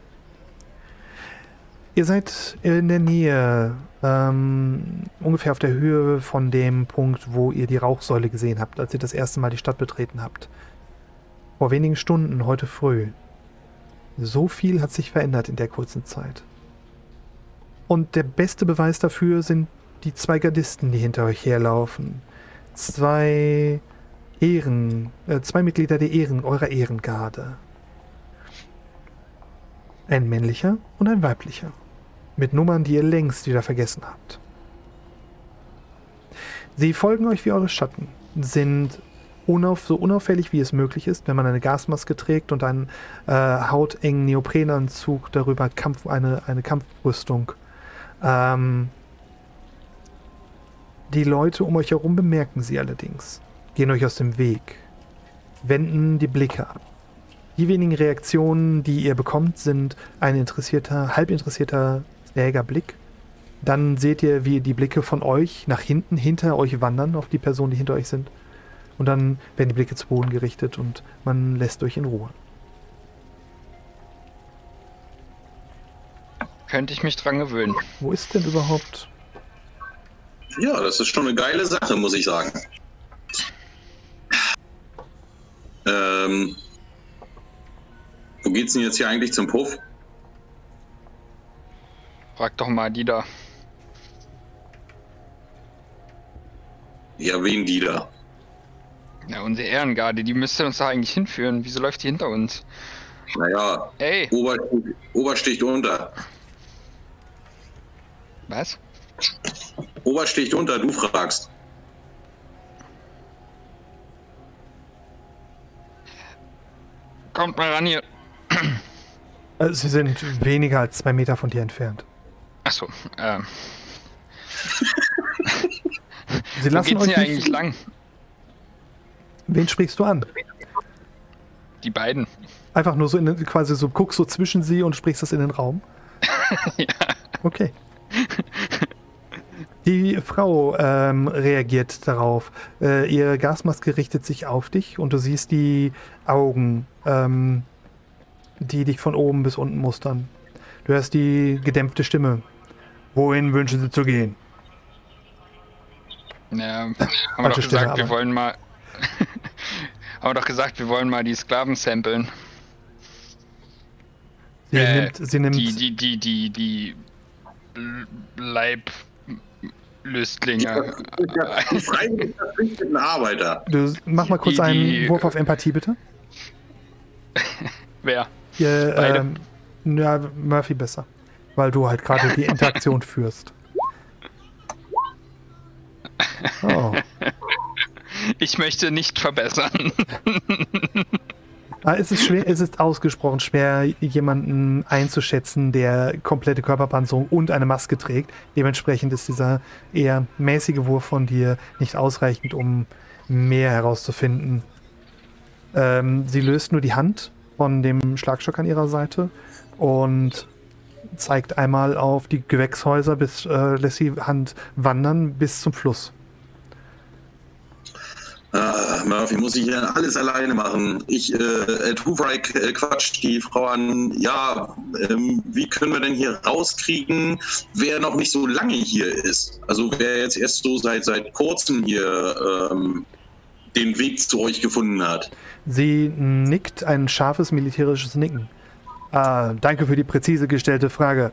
Ihr seid in der Nähe, ungefähr auf der Höhe von dem Punkt, wo ihr die Rauchsäule gesehen habt, als ihr das erste Mal die Stadt betreten habt. Vor wenigen Stunden, heute früh. So viel hat sich verändert in der kurzen Zeit. Und der beste Beweis dafür sind die 2 Gardisten, die hinter euch herlaufen. 2 Mitglieder eurer Ehrengarde. Ein männlicher und ein weiblicher. Mit Nummern, die ihr längst wieder vergessen habt. Sie folgen euch wie eure Schatten, sind so unauffällig wie es möglich ist, wenn man eine Gasmaske trägt und einen hautengen Neoprenanzug, darüber eine Kampfrüstung. Die Leute um euch herum bemerken sie allerdings, gehen euch aus dem Weg, wenden die Blicke ab. Die wenigen Reaktionen, die ihr bekommt, sind ein halb interessierter Blick. Dann seht ihr, wie die Blicke von euch nach hinter euch wandern, auf die Personen, die hinter euch sind. Und dann werden die Blicke zu Boden gerichtet und man lässt euch in Ruhe. Könnte ich mich dran gewöhnen. Wo ist denn überhaupt? Ja, das ist schon eine geile Sache, muss ich sagen. Wo geht's denn jetzt hier eigentlich zum Puff? Frag doch mal die da. Ja, wen die da? Ja, unsere Ehrengarde, die müsste uns da eigentlich hinführen. Wieso läuft die hinter uns? Naja, ey. Obersticht unter. Was? Obersticht unter, du fragst. Kommt mal ran hier. Sie sind weniger als 2 Meter von dir entfernt. Achso, Sie lassen wo geht's euch hier nicht... eigentlich lang? Wen sprichst du an? Die beiden. Einfach nur so quasi so, guckst so zwischen sie und sprichst das in den Raum? Ja. Okay. Die Frau reagiert darauf. Ihre Gasmaske richtet sich auf dich und du siehst die Augen, die dich von oben bis unten mustern. Du hörst die gedämpfte Stimme. Wohin wünschen Sie zu gehen? Ja, haben wir doch gesagt, wir wollen mal... haben wir doch gesagt, wir wollen mal die Sklaven samplen. Sie nimmt die Leiblöstlinge. Die freiwillig verpflichteten Arbeiter. Du mach mal kurz einen Wurf auf Empathie, bitte. Wer? Ja, Murphy besser. Weil du halt gerade die Interaktion führst. Oh. Ich möchte nicht verbessern. Es ist ausgesprochen schwer, jemanden einzuschätzen, der komplette Körperpanzerung und eine Maske trägt. Dementsprechend ist dieser eher mäßige Wurf von dir nicht ausreichend, um mehr herauszufinden. Sie löst nur die Hand von dem Schlagstock an ihrer Seite und zeigt einmal auf die Gewächshäuser, lässt die Hand wandern bis zum Fluss. Murphy muss ich hier alles alleine machen. Tufry quatscht die Frau an, ja, wie können wir denn hier rauskriegen, wer noch nicht so lange hier ist? Also wer jetzt erst so seit kurzem hier den Weg zu euch gefunden hat. Sie nickt, ein scharfes militärisches Nicken. Danke für die präzise gestellte Frage.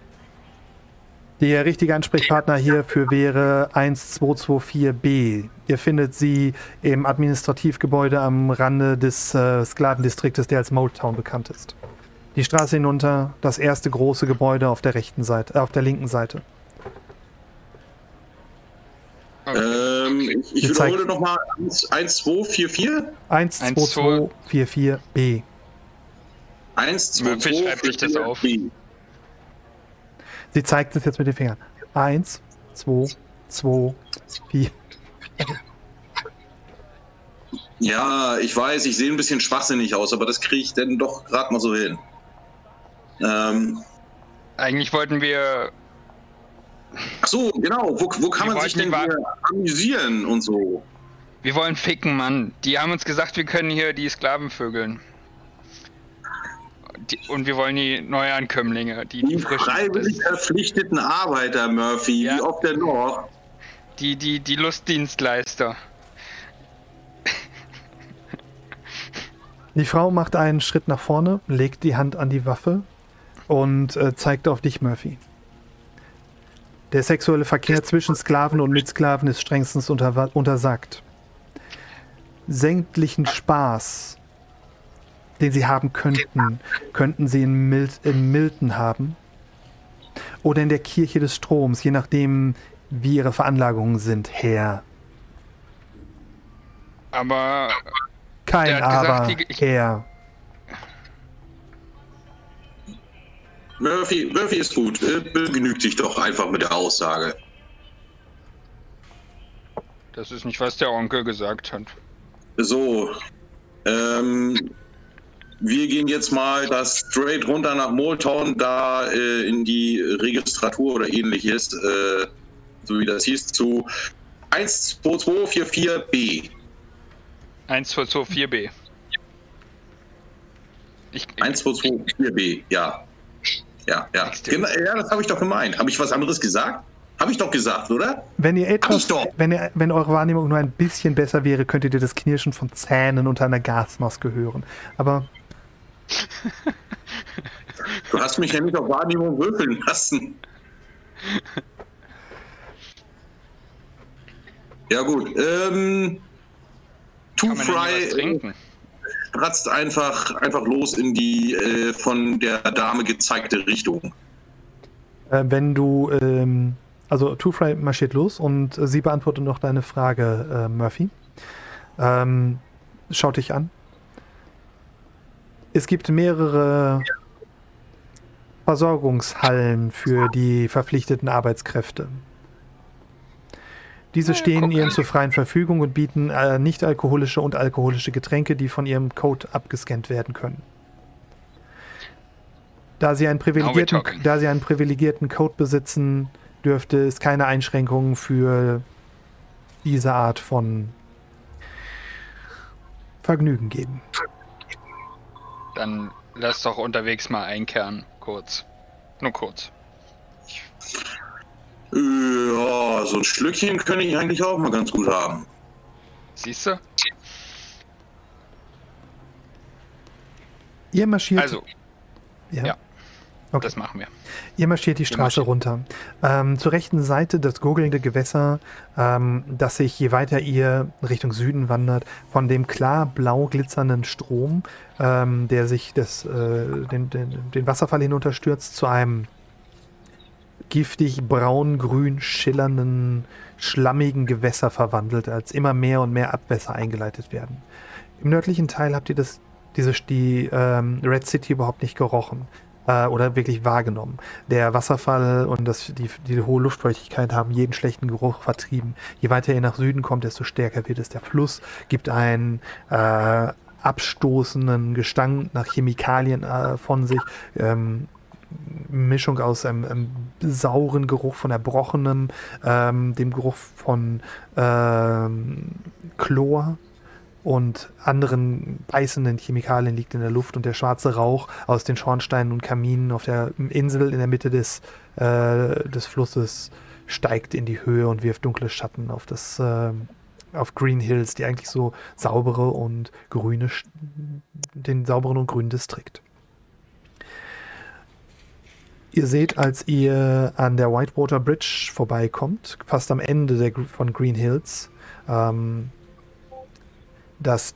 Der richtige Ansprechpartner hierfür wäre 1224b. Ihr findet sie im Administrativgebäude am Rande des Sklavendistriktes, der als Moldtown bekannt ist. Die Straße hinunter, das erste große Gebäude auf der rechten Seite, auf der linken Seite. Ich wiederhole nochmal 1244? 12244b. 12244b. Schreibt sich das auf. Sie zeigt es jetzt mit den Fingern. 1, 2, 2, 4. Ja, ich weiß, ich sehe ein bisschen schwachsinnig aus, aber das kriege ich denn doch gerade mal so hin. Eigentlich wollten wir... Ach so, genau. Wo kann man sich denn hier amüsieren und so? Wir wollen ficken, Mann. Die haben uns gesagt, wir können hier die Sklaven vögeln. Und wir wollen die Neuankömmlinge, die freiwillig verpflichteten Arbeiter, Murphy, wie oft denn noch? Die Lustdienstleister. Die Frau macht einen Schritt nach vorne, legt die Hand an die Waffe und zeigt auf dich, Murphy. Der sexuelle Verkehr zwischen Sklaven und Mitsklaven ist strengstens untersagt. Sämtlichen Spaß, den sie haben könnten sie in Milton haben oder in der Kirche des Stroms, je nachdem, wie ihre Veranlagungen sind, Herr. Aber... Kein Aber, Herr. Murphy ist gut. Begnügt sich doch einfach mit der Aussage. Das ist nicht, was der Onkel gesagt hat. So, wir gehen jetzt mal das straight runter nach Moldtown, da in die Registratur oder ähnliches, so wie das hieß, zu 12244b. 1224b. 1224b, ja. Ja. Genau, ja, das habe ich doch gemeint. Habe ich was anderes gesagt? Habe ich doch gesagt, oder? Wenn eure Wahrnehmung nur ein bisschen besser wäre, könntet ihr das Knirschen von Zähnen unter einer Gasmaske hören. Aber... Du hast mich ja nicht auf Wahrnehmung würfeln lassen. Ja gut, Two-Fry stratzt einfach los in die von der Dame gezeigte Richtung. Wenn du, also Two-Fry marschiert los und sie beantwortet noch deine Frage, Murphy. Schaut dich an. Es gibt mehrere Versorgungshallen für die verpflichteten Arbeitskräfte. Diese stehen ihnen zur freien Verfügung und bieten nicht-alkoholische und alkoholische Getränke, die von ihrem Code abgescannt werden können. Da sie einen privilegierten Code besitzen, dürfte es keine Einschränkungen für diese Art von Vergnügen geben. Dann lass doch unterwegs mal einkehren, kurz. Nur kurz. Ja, so ein Schlückchen könnte ich eigentlich auch mal ganz gut haben. Siehst du? Ihr marschiert... Also, ja. Okay. Das machen wir. Ihr marschiert die Straße runter. Zur rechten Seite das gurgelnde Gewässer, das sich, je weiter ihr Richtung Süden wandert, von dem klar blau glitzernden Strom, der sich den Wasserfall hinunterstürzt, zu einem giftig braun-grün schillernden, schlammigen Gewässer verwandelt, als immer mehr und mehr Abwässer eingeleitet werden. Im nördlichen Teil habt ihr die Red City überhaupt nicht gerochen. Oder wirklich wahrgenommen. Der Wasserfall und die hohe Luftfeuchtigkeit haben jeden schlechten Geruch vertrieben. Je weiter ihr nach Süden kommt, desto stärker wird es. Der Fluss gibt einen abstoßenden Gestank nach Chemikalien von sich. Mischung aus einem sauren Geruch von Erbrochenem, dem Geruch von Chlor und anderen beißenden Chemikalien liegt in der Luft, und der schwarze Rauch aus den Schornsteinen und Kaminen auf der Insel in der Mitte des Flusses steigt in die Höhe und wirft dunkle Schatten auf das auf Green Hills, die eigentlich so saubere und grüne, den sauberen und grünen Distrikt. Ihr seht, als ihr an der Whitewater Bridge vorbeikommt, fast am Ende von Green Hills, dass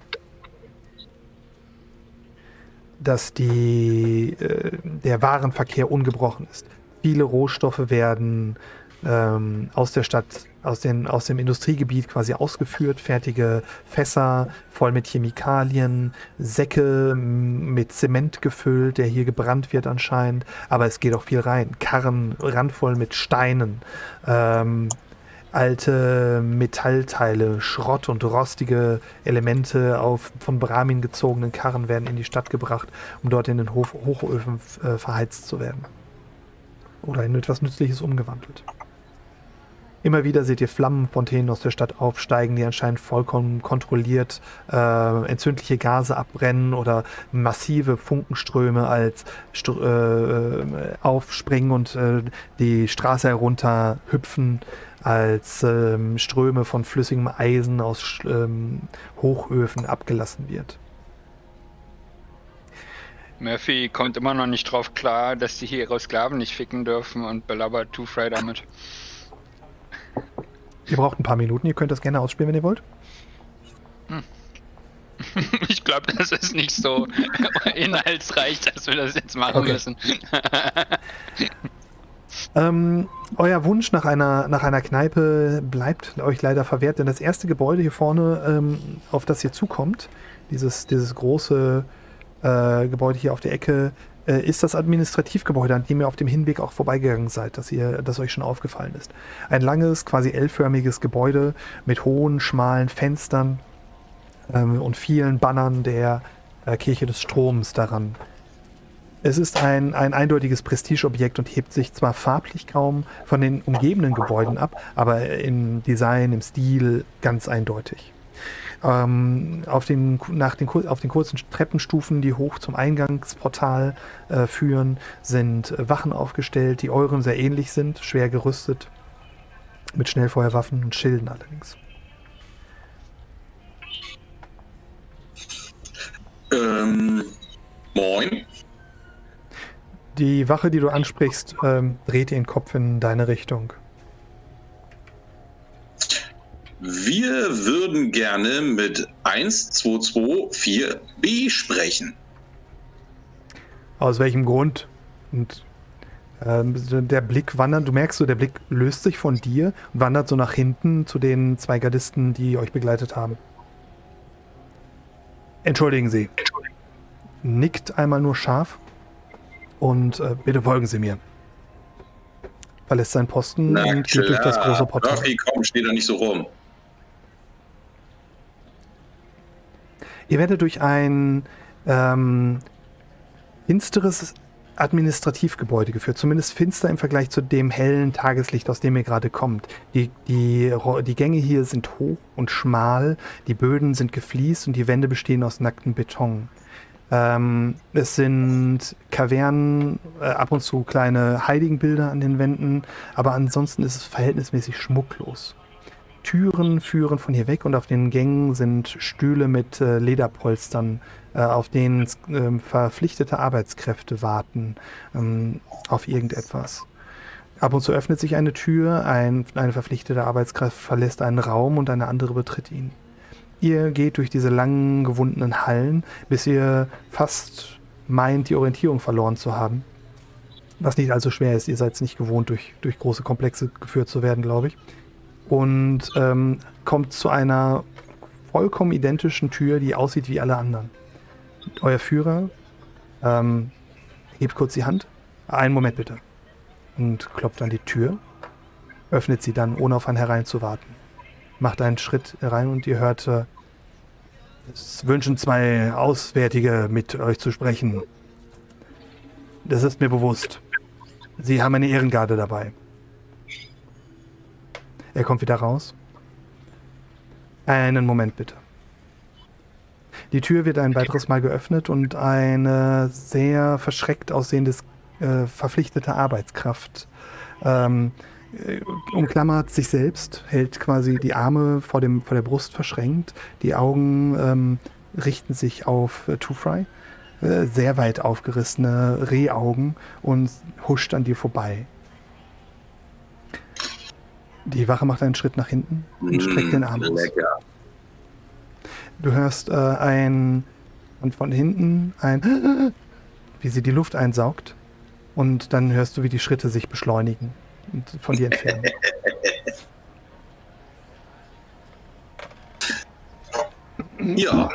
der Warenverkehr ungebrochen ist. Viele Rohstoffe werden aus der Stadt, aus dem Industriegebiet quasi ausgeführt, fertige Fässer voll mit Chemikalien, Säcke mit Zement gefüllt, der hier gebrannt wird anscheinend, aber es geht auch viel rein. Karren randvoll mit Steinen, alte Metallteile, Schrott und rostige Elemente von Brahmin gezogenen Karren werden in die Stadt gebracht, um dort in den Hochöfen verheizt zu werden. Oder in etwas Nützliches umgewandelt. Immer wieder seht ihr Flammenfontänen aus der Stadt aufsteigen, die anscheinend vollkommen kontrolliert entzündliche Gase abbrennen oder massive Funkenströme als aufspringen und die Straße herunter hüpfen, als Ströme von flüssigem Eisen aus Hochöfen abgelassen wird. Murphy kommt immer noch nicht drauf klar, dass die hier ihre Sklaven nicht ficken dürfen und belabert Two Fry damit. Ihr braucht ein paar Minuten, ihr könnt das gerne ausspielen, wenn ihr wollt. Ich glaube, das ist nicht so inhaltsreich, dass wir das jetzt machen müssen. Euer Wunsch nach einer Kneipe bleibt euch leider verwehrt, denn das erste Gebäude hier vorne, auf das ihr zukommt, dieses große Gebäude hier auf der Ecke, ist das Administrativgebäude, an dem ihr auf dem Hinweg auch vorbeigegangen seid, das euch schon aufgefallen ist. Ein langes, quasi L-förmiges Gebäude mit hohen, schmalen Fenstern und vielen Bannern der Kirche des Stroms daran. Es ist ein eindeutiges Prestigeobjekt und hebt sich zwar farblich kaum von den umgebenden Gebäuden ab, aber im Design, im Stil ganz eindeutig. Auf den kurzen Treppenstufen, die hoch zum Eingangsportal führen, sind Wachen aufgestellt, die euren sehr ähnlich sind, schwer gerüstet, mit Schnellfeuerwaffen und Schilden allerdings. Moin. Die Wache, die du ansprichst, dreht den Kopf in deine Richtung. Wir würden gerne mit 1224B sprechen. Aus welchem Grund? Und der Blick wandert, du merkst so, der Blick löst sich von dir und wandert so nach hinten zu den zwei Gardisten, die euch begleitet haben. Entschuldigen Sie. Nickt einmal nur scharf und bitte folgen Sie mir. Verlässt seinen Posten und geht durch das große Portal. Murphy, komm, steht da nicht so rum. Ihr werdet durch ein finsteres Administrativgebäude geführt, zumindest finster im Vergleich zu dem hellen Tageslicht, aus dem ihr gerade kommt. Die Gänge hier sind hoch und schmal, die Böden sind gefliest und die Wände bestehen aus nacktem Beton. Es sind Kavernen, ab und zu kleine Heiligenbilder an den Wänden, aber ansonsten ist es verhältnismäßig schmucklos. Türen führen von hier weg und auf den Gängen sind Stühle mit Lederpolstern, auf denen verpflichtete Arbeitskräfte warten auf irgendetwas. Ab und zu öffnet sich eine Tür, eine verpflichtete Arbeitskraft verlässt einen Raum und eine andere betritt ihn. Ihr geht durch diese langen, gewundenen Hallen, bis ihr fast meint, die Orientierung verloren zu haben. Was nicht allzu schwer ist, ihr seid nicht gewohnt, durch große Komplexe geführt zu werden, glaube ich. Und kommt zu einer vollkommen identischen Tür, die aussieht wie alle anderen. Euer Führer hebt kurz die Hand. Einen Moment bitte. Und klopft an die Tür. Öffnet sie dann, ohne auf einen hereinzuwarten. Macht einen Schritt rein und ihr hört, es wünschen zwei Auswärtige mit euch zu sprechen. Das ist mir bewusst. Sie haben eine Ehrengarde dabei. Er kommt wieder raus. Einen Moment bitte. Die Tür wird ein weiteres Mal geöffnet und eine sehr verschreckt aussehende verpflichtete Arbeitskraft umklammert sich selbst, hält quasi die Arme vor der Brust verschränkt. Die Augen richten sich auf Two-Fry. Sehr weit aufgerissene Rehaugen und huscht an dir vorbei. Die Wache macht einen Schritt nach hinten und streckt den Arm aus. Lecker. Du hörst von hinten wie sie die Luft einsaugt. Und dann hörst du, wie die Schritte sich beschleunigen und von dir entfernen. Ja.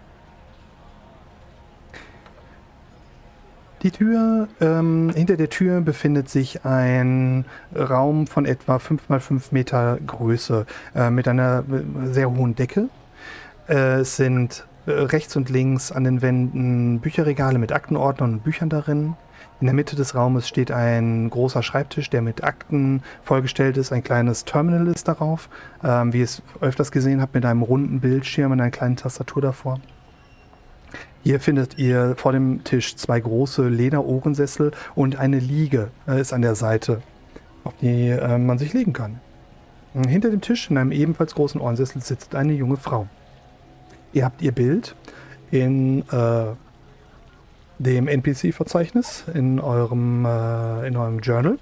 Die Tür, hinter der Tür befindet sich ein Raum von etwa 5x5 Meter Größe mit einer sehr hohen Decke. Es sind rechts und links an den Wänden Bücherregale mit Aktenordnern und Büchern darin. In der Mitte des Raumes steht ein großer Schreibtisch, der mit Akten vollgestellt ist. Ein kleines Terminal ist darauf, wie ihr es öfters gesehen habt, mit einem runden Bildschirm und einer kleinen Tastatur davor. Hier findet ihr vor dem Tisch 2 große Lederohrensessel und eine Liege ist an der Seite, auf die man sich legen kann. Hinter dem Tisch in einem ebenfalls großen Ohrensessel sitzt eine junge Frau. Ihr habt ihr Bild in dem NPC-Verzeichnis in eurem Journal.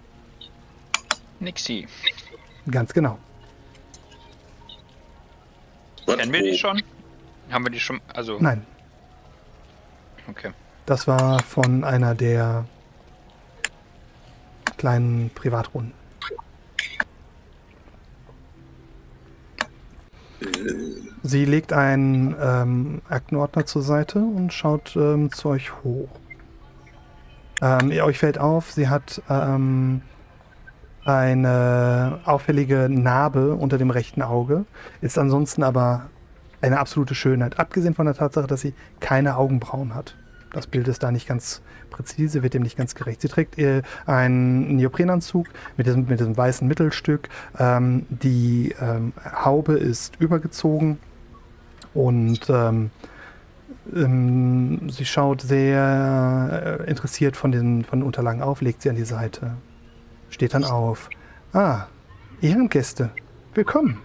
Nixie. Ganz genau. Kennen wir die schon? Haben wir die schon? Also. Nein. Okay. Das war von einer der kleinen Privatrunden. Sie legt einen Aktenordner zur Seite und schaut zu euch hoch. Euch fällt auf, sie hat eine auffällige Narbe unter dem rechten Auge, ist ansonsten aber eine absolute Schönheit, abgesehen von der Tatsache, dass sie keine Augenbrauen hat. Das Bild ist da nicht ganz präzise, wird dem nicht ganz gerecht. Sie trägt einen Neoprenanzug mit diesem weißen Mittelstück. Die Haube ist übergezogen und sie schaut sehr interessiert von den Unterlagen auf, legt sie an die Seite. Steht dann auf. Ehrengäste, willkommen.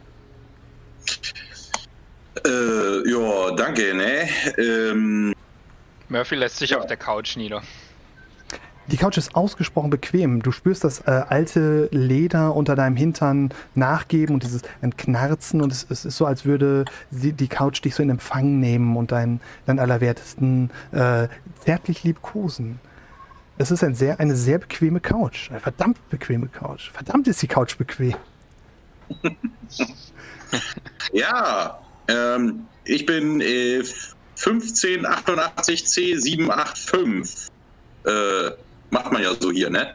Ja, danke, ne? Murphy lässt sich auf der Couch nieder. Die Couch ist ausgesprochen bequem. Du spürst das alte Leder unter deinem Hintern nachgeben und ein Knarzen und es ist so, als würde die Couch dich so in Empfang nehmen und deinen Allerwertesten zärtlich liebkosen. Es ist eine sehr bequeme Couch. Eine verdammt bequeme Couch. Verdammt ist die Couch bequem. Ja, ich bin 1588C785. Macht man ja so hier, ne?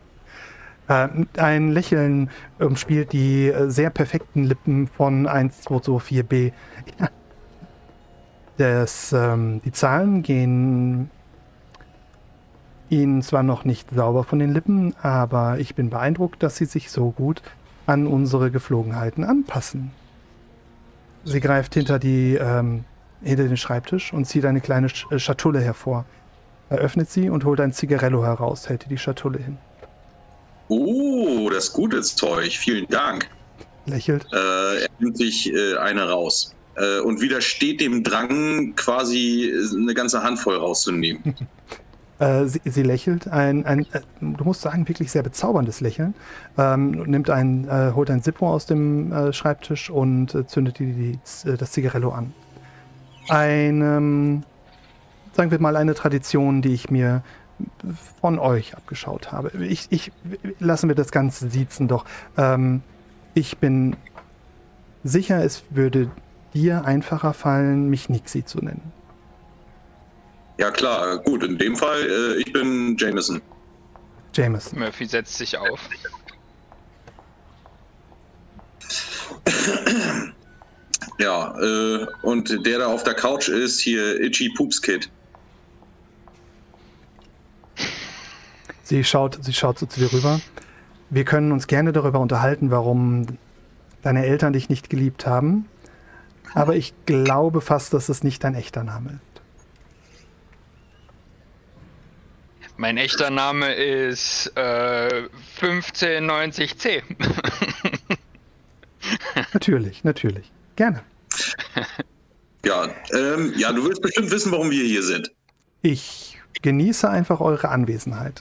Ein Lächeln umspielt die sehr perfekten Lippen von 1224B. Ja. Die Zahlen gehen Ihnen zwar noch nicht sauber von den Lippen, aber ich bin beeindruckt, dass Sie sich so gut an unsere Geflogenheiten anpassen. Sie greift hinter den Schreibtisch und zieht eine kleine Schatulle hervor. Öffnet sie und holt ein Zigarello heraus, hält die Schatulle hin. Oh, das ist gutes Zeug, vielen Dank. Lächelt. Er nimmt sich eine raus und widersteht dem Drang, quasi eine ganze Handvoll rauszunehmen. Sie lächelt, du musst sagen, wirklich sehr bezauberndes Lächeln, holt ein Zippo aus dem Schreibtisch und zündet das Zigarello an. Sagen wir mal, eine Tradition, die ich mir von euch abgeschaut habe. Lassen wir das Ganze siezen doch. Ich bin sicher, es würde dir einfacher fallen, mich Nixie zu nennen. Ja klar, gut, in dem Fall, ich bin Jameson. Jameson. Murphy setzt sich auf. Ja, und der da auf der Couch ist hier Itchy Poops Kid. Sie schaut so zu dir rüber. Wir können uns gerne darüber unterhalten, warum deine Eltern dich nicht geliebt haben. Aber ich glaube fast, dass es nicht dein echter Name ist. Mein echter Name ist 1590C. Natürlich. Gerne. Ja, du willst bestimmt wissen, warum wir hier sind. Ich genieße einfach eure Anwesenheit.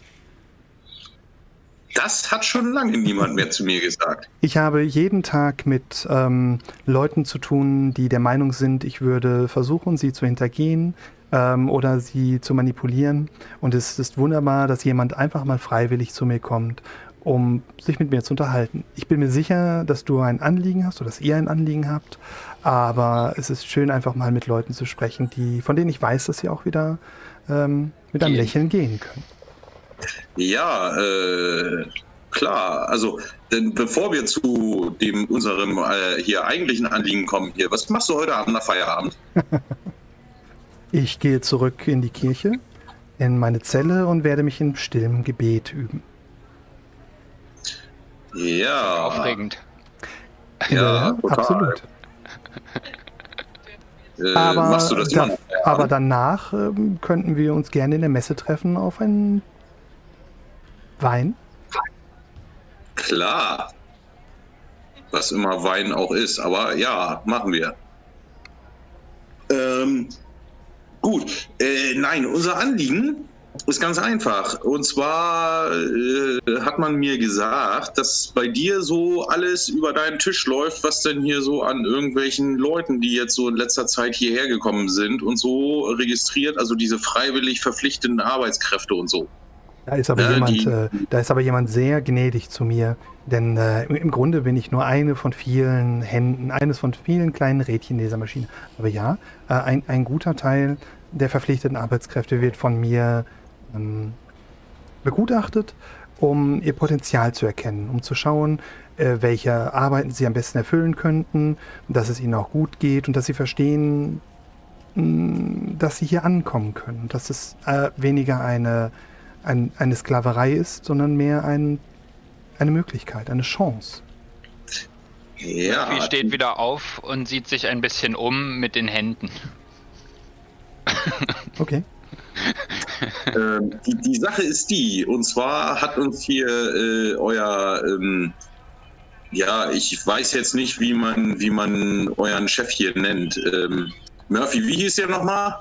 Das hat schon lange niemand mehr zu mir gesagt. Ich habe jeden Tag mit Leuten zu tun, die der Meinung sind, ich würde versuchen, sie zu hintergehen oder sie zu manipulieren. Und es ist wunderbar, dass jemand einfach mal freiwillig zu mir kommt, um sich mit mir zu unterhalten. Ich bin mir sicher, dass du ein Anliegen hast oder dass ihr ein Anliegen habt, aber es ist schön, einfach mal mit Leuten zu sprechen, von denen ich weiß, dass sie auch wieder mit einem Lächeln gehen können. Ja, klar. Also, denn bevor wir zu unserem hier eigentlichen Anliegen kommen, was machst du heute Abend nach Feierabend? Ich gehe zurück in die Kirche, in meine Zelle und werde mich in stillem Gebet üben. Ja. Aufregend. Ja, absolut. Machst du das aber danach könnten wir uns gerne in der Messe treffen auf einen Wein. Klar. Was immer Wein auch ist, aber ja, machen wir. Gut. Nein, unser Anliegen ist ganz einfach. Und zwar hat man mir gesagt, dass bei dir so alles über deinen Tisch läuft, was denn hier so an irgendwelchen Leuten, die jetzt so in letzter Zeit hierher gekommen sind und so registriert, also diese freiwillig verpflichteten Arbeitskräfte und so. Da ist aber jemand sehr gnädig zu mir, denn im Grunde bin ich nur eine von vielen Händen, eines von vielen kleinen Rädchen dieser Maschine. Aber ja, ein guter Teil der verpflichteten Arbeitskräfte wird von mir begutachtet, um ihr Potenzial zu erkennen, um zu schauen, welche Arbeiten sie am besten erfüllen könnten, dass es ihnen auch gut geht und dass sie verstehen, dass sie hier ankommen können, dass es weniger eine Sklaverei ist, sondern mehr eine Möglichkeit, eine Chance. Ja. Murphy steht wieder auf und sieht sich ein bisschen um mit den Händen. Okay. Die Sache ist die, und zwar hat uns hier ich weiß jetzt nicht, wie man euren Chef hier nennt. Murphy, wie hieß der nochmal?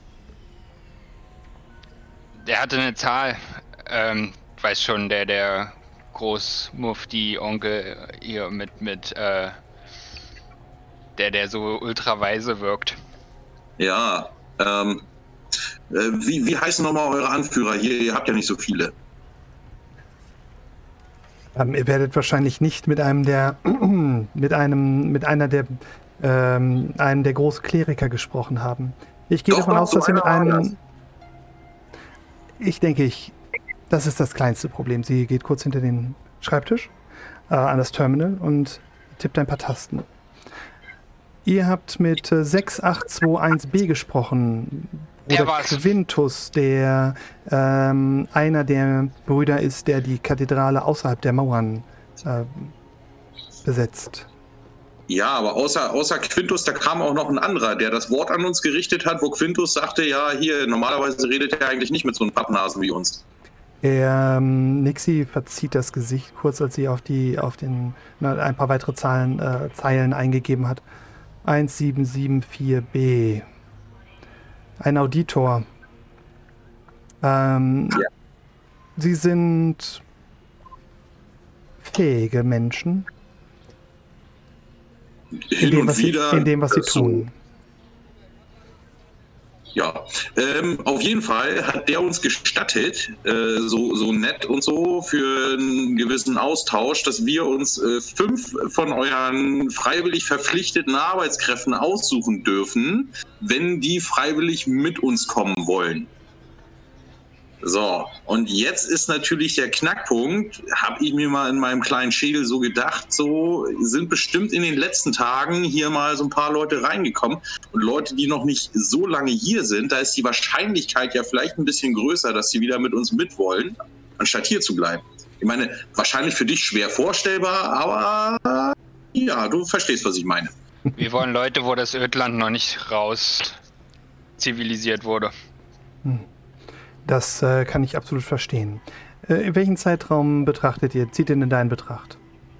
Der hatte eine Zahl, weiß schon, der Großmufti, Onkel hier mit der so ultra weise wirkt. Ja, wie heißen nochmal eure Anführer hier? Ihr habt ja nicht so viele. Ihr werdet wahrscheinlich nicht mit einem der Großkleriker gesprochen haben. Ich gehe davon aus, dass ihr mit einem... Ich denke, das ist das kleinste Problem. Sie geht kurz hinter den Schreibtisch, an das Terminal und tippt ein paar Tasten. Ihr habt mit 6821B gesprochen. Oder Quintus, der einer der Brüder ist, der die Kathedrale außerhalb der Mauern besetzt. Ja, aber außer Quintus, da kam auch noch ein anderer, der das Wort an uns gerichtet hat, wo Quintus sagte, ja, hier, normalerweise redet er eigentlich nicht mit so einem Pappnasen wie uns. Nixie verzieht das Gesicht kurz, als sie ein paar weitere Zeilen eingegeben hat. 1774b. Ein Auditor. Ja. Sie sind fähige Menschen. In dem, was sie tun. Ja, auf jeden Fall hat der uns gestattet, so nett und so, für einen gewissen Austausch, dass wir uns 5 von euren freiwillig verpflichteten Arbeitskräften aussuchen dürfen, wenn die freiwillig mit uns kommen wollen. So, und jetzt ist natürlich der Knackpunkt, habe ich mir mal in meinem kleinen Schädel so gedacht, so sind bestimmt in den letzten Tagen hier mal so ein paar Leute reingekommen und Leute, die noch nicht so lange hier sind, da ist die Wahrscheinlichkeit ja vielleicht ein bisschen größer, dass sie wieder mit uns mitwollen, anstatt hier zu bleiben. Ich meine, wahrscheinlich für dich schwer vorstellbar, aber ja, du verstehst, was ich meine. Wir wollen Leute, wo das Ödland noch nicht raus zivilisiert wurde. Das kann ich absolut verstehen. In welchen Zeitraum zieht ihr denn da in Betracht?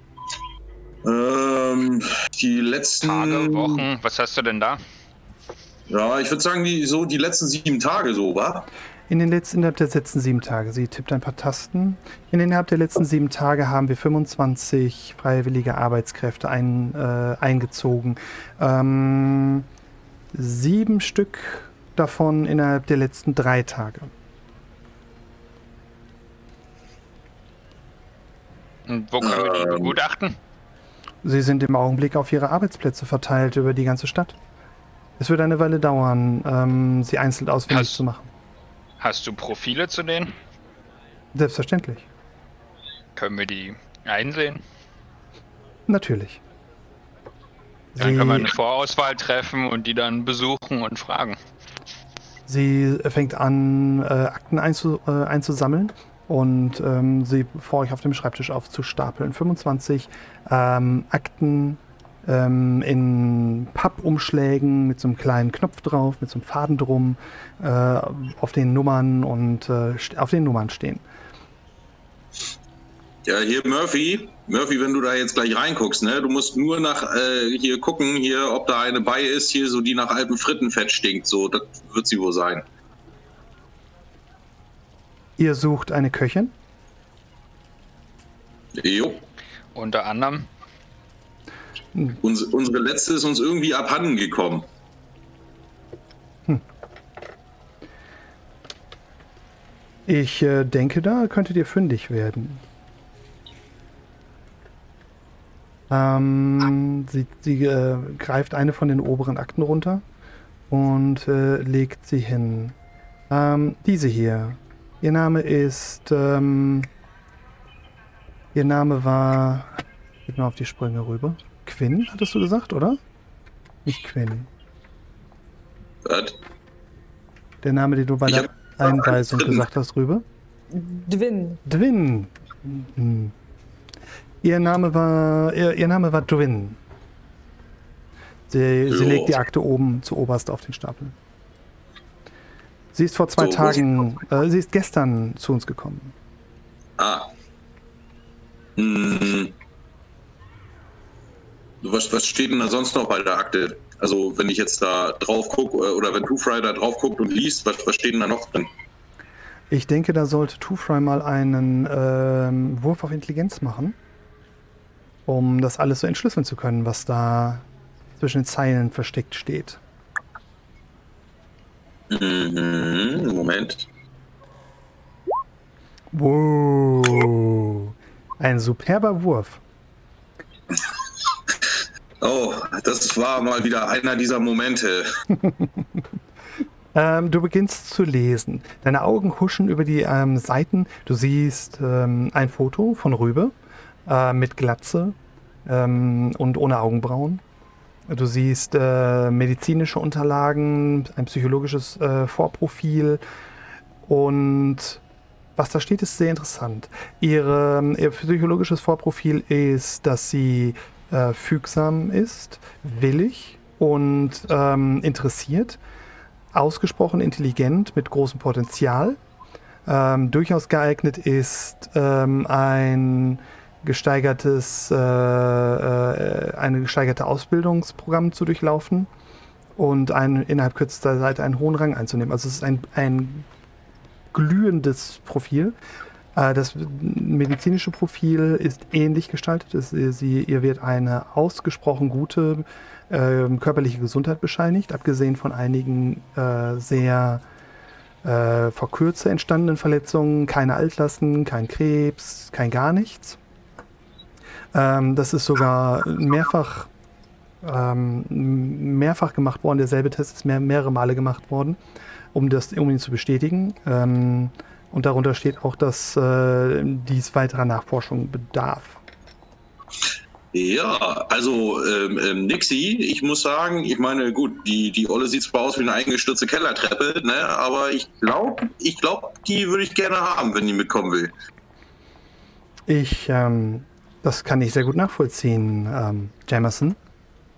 Die letzten... Tage, Wochen, was hast du denn da? Ja, ich würde sagen, die letzten 7 Tage so, wa? Innerhalb der letzten 7 Tage. Sie tippt ein paar Tasten. Innerhalb der letzten 7 Tage haben wir 25 freiwillige Arbeitskräfte eingezogen. 7 Stück davon innerhalb der letzten 3 Tage. Und wo können wir die begutachten? Sie sind im Augenblick auf ihre Arbeitsplätze verteilt über die ganze Stadt. Es wird eine Weile dauern, sie einzeln ausfindig zu machen. Hast du Profile zu denen? Selbstverständlich. Können wir die einsehen? Natürlich. Dann können wir eine Vorauswahl treffen und die dann besuchen und fragen. Sie fängt an, Akten einzusammeln und sie vor euch auf dem Schreibtisch aufzustapeln. 25 Akten in Pappumschlägen mit so einem kleinen Knopf drauf, mit so einem Faden drum, auf den Nummern stehen. Ja, hier Murphy, wenn du da jetzt gleich reinguckst, ne, du musst nur nach hier gucken, hier, ob da eine bei ist, hier so die nach altem Frittenfett stinkt, so, das wird sie wohl sein. Ihr sucht eine Köchin? Jo. Unter anderem? Unsere letzte ist uns irgendwie abhanden gekommen. Ich denke, da könntet ihr fündig werden. Sie greift eine von den oberen Akten runter und legt sie hin. Diese hier. Ihr Name war... Geht mal auf die Sprünge rüber. Quinn, hattest du gesagt, oder? Nicht Quinn. Was? Der Name, den du bei der Einweisung gesagt hast, rüber? Dwin. Ihr Name war Dwin. Sie legt die Akte oben zu oberst auf den Stapel. Sie ist vor 2 Tagen, sie ist gestern zu uns gekommen. Ah. Was steht denn da sonst noch bei der Akte? Also wenn ich jetzt da drauf gucke oder wenn Two-Fry da drauf guckt und liest, was steht denn da noch drin? Ich denke, da sollte Two-Fry mal einen Wurf auf Intelligenz machen, um das alles so entschlüsseln zu können, was da zwischen den Zeilen versteckt steht. Moment. Wow. Ein superber Wurf. Oh, das war mal wieder einer dieser Momente. Du beginnst zu lesen. Deine Augen huschen über die Seiten. Du siehst ein Foto von Rübe mit Glatze und ohne Augenbrauen. Du siehst medizinische Unterlagen, ein psychologisches Vorprofil und was da steht, ist sehr interessant. Ihr psychologisches Vorprofil ist, dass sie fügsam ist, willig und interessiert, ausgesprochen intelligent mit großem Potenzial, durchaus geeignet ist, ein gesteigerte Ausbildungsprogramm zu durchlaufen und innerhalb kürzester Zeit einen hohen Rang einzunehmen. Also es ist ein glühendes Profil. Das medizinische Profil ist ähnlich gestaltet. Ihr wird eine ausgesprochen gute körperliche Gesundheit bescheinigt, abgesehen von einigen sehr vor Kürze entstandenen Verletzungen, keine Altlasten, kein Krebs, kein gar nichts. Das ist sogar mehrfach gemacht worden. Derselbe Test ist mehrere Male gemacht worden, um ihn zu bestätigen. Und darunter steht auch, dass dies weiterer Nachforschung bedarf. Ja, also Nixie, ich muss sagen, ich meine, gut, die Olle sieht zwar aus wie eine eingestürzte Kellertreppe, ne, aber ich glaube, die würde ich gerne haben, wenn die mitkommen will. Das kann ich sehr gut nachvollziehen, Jamerson.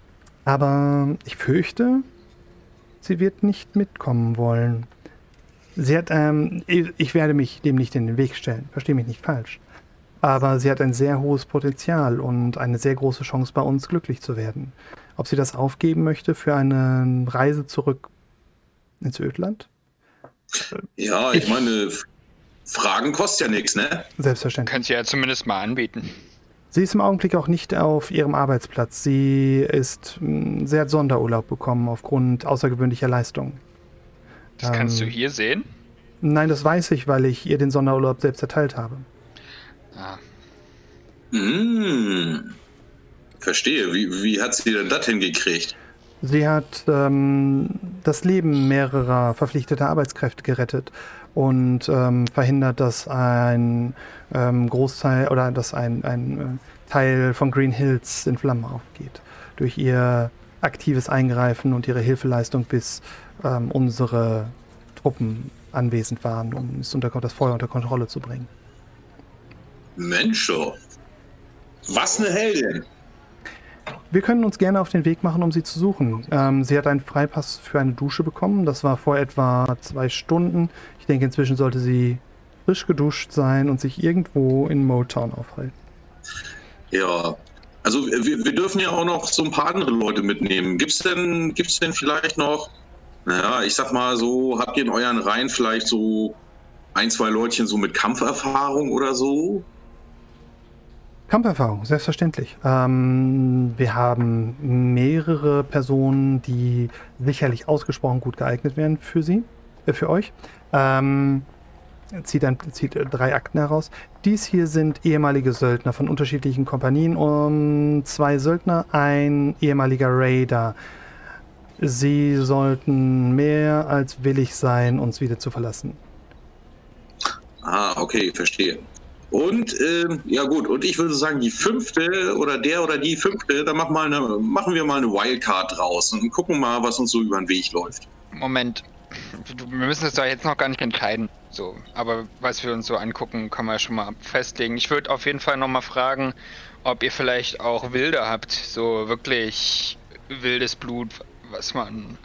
Aber ich fürchte, sie wird nicht mitkommen wollen. Sie hat, ich werde mich dem nicht in den Weg stellen, verstehe mich nicht falsch. Aber sie hat ein sehr hohes Potenzial und eine sehr große Chance, bei uns glücklich zu werden. Ob sie das aufgeben möchte für eine Reise zurück ins Ödland? Ja, ich meine, Fragen kostet ja nichts, ne? Selbstverständlich. Könnt ihr ja zumindest mal anbieten. Sie ist im Augenblick auch nicht auf ihrem Arbeitsplatz. Sie hat Sonderurlaub bekommen aufgrund außergewöhnlicher Leistungen. Das kannst du hier sehen? Nein, das weiß ich, weil ich ihr den Sonderurlaub selbst erteilt habe. Ah. Verstehe. Wie hat sie denn das hingekriegt? Sie hat das Leben mehrerer verpflichteter Arbeitskräfte gerettet und verhindert, dass ein Großteil oder dass ein Teil von Green Hills in Flammen aufgeht. Durch ihr aktives Eingreifen und ihre Hilfeleistung, bis unsere Truppen anwesend waren, um das Feuer unter Kontrolle zu bringen. Mensch, was eine Heldin! Wir können uns gerne auf den Weg machen, um sie zu suchen. Sie hat einen Freipass für eine Dusche bekommen. Das war vor etwa 2 Stunden. Ich denke, inzwischen sollte sie frisch geduscht sein und sich irgendwo in Motown aufhalten. Ja, also wir dürfen ja auch noch so ein paar andere Leute mitnehmen. Gibt's denn vielleicht noch, naja, ich sag mal so, habt ihr in euren Reihen vielleicht so 1, 2 Leutchen so mit Kampferfahrung oder so? Kampferfahrung, selbstverständlich. Wir haben mehrere Personen, die sicherlich ausgesprochen gut geeignet wären für euch. Zieht 3 Akten heraus. Dies hier sind ehemalige Söldner von unterschiedlichen Kompanien und 2 Söldner, ein ehemaliger Raider. Sie sollten mehr als willig sein, uns wieder zu verlassen. Ah, okay, verstehe. Und, ja gut, und ich würde sagen, die 5. oder der oder die 5., da machen wir mal eine Wildcard draus und gucken mal, was uns so über den Weg läuft. Moment, wir müssen es doch jetzt noch gar nicht entscheiden. So, aber was wir uns so angucken, kann man schon mal festlegen. Ich würde auf jeden Fall nochmal fragen, ob ihr vielleicht auch Wilde habt, so wirklich wildes Blut, was man...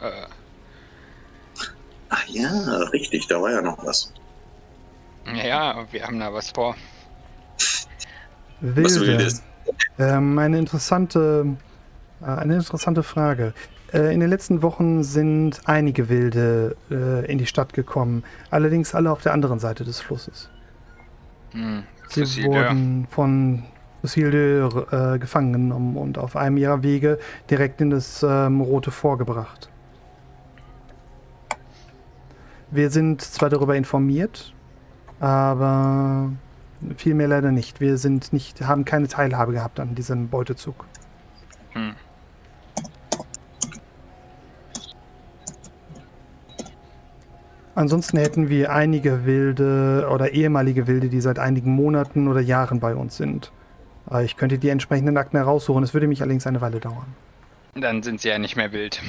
Ach ja, richtig, da war ja noch was. Ja, wir haben da was vor. Wilde. Was Wildes? Eine interessante Frage. In den letzten Wochen sind einige Wilde in die Stadt gekommen, allerdings alle auf der anderen Seite des Flusses. Sie wurden von Fusilde gefangen genommen und auf einem ihrer Wege direkt in das Rote Fort gebracht. Wir sind zwar darüber informiert, aber viel mehr leider nicht. Wir haben keine Teilhabe gehabt an diesem Beutezug. Ansonsten hätten wir einige Wilde oder ehemalige Wilde, die seit einigen Monaten oder Jahren bei uns sind. Ich könnte die entsprechenden Akten heraussuchen. Es würde mich allerdings eine Weile dauern. Dann sind sie ja nicht mehr wild.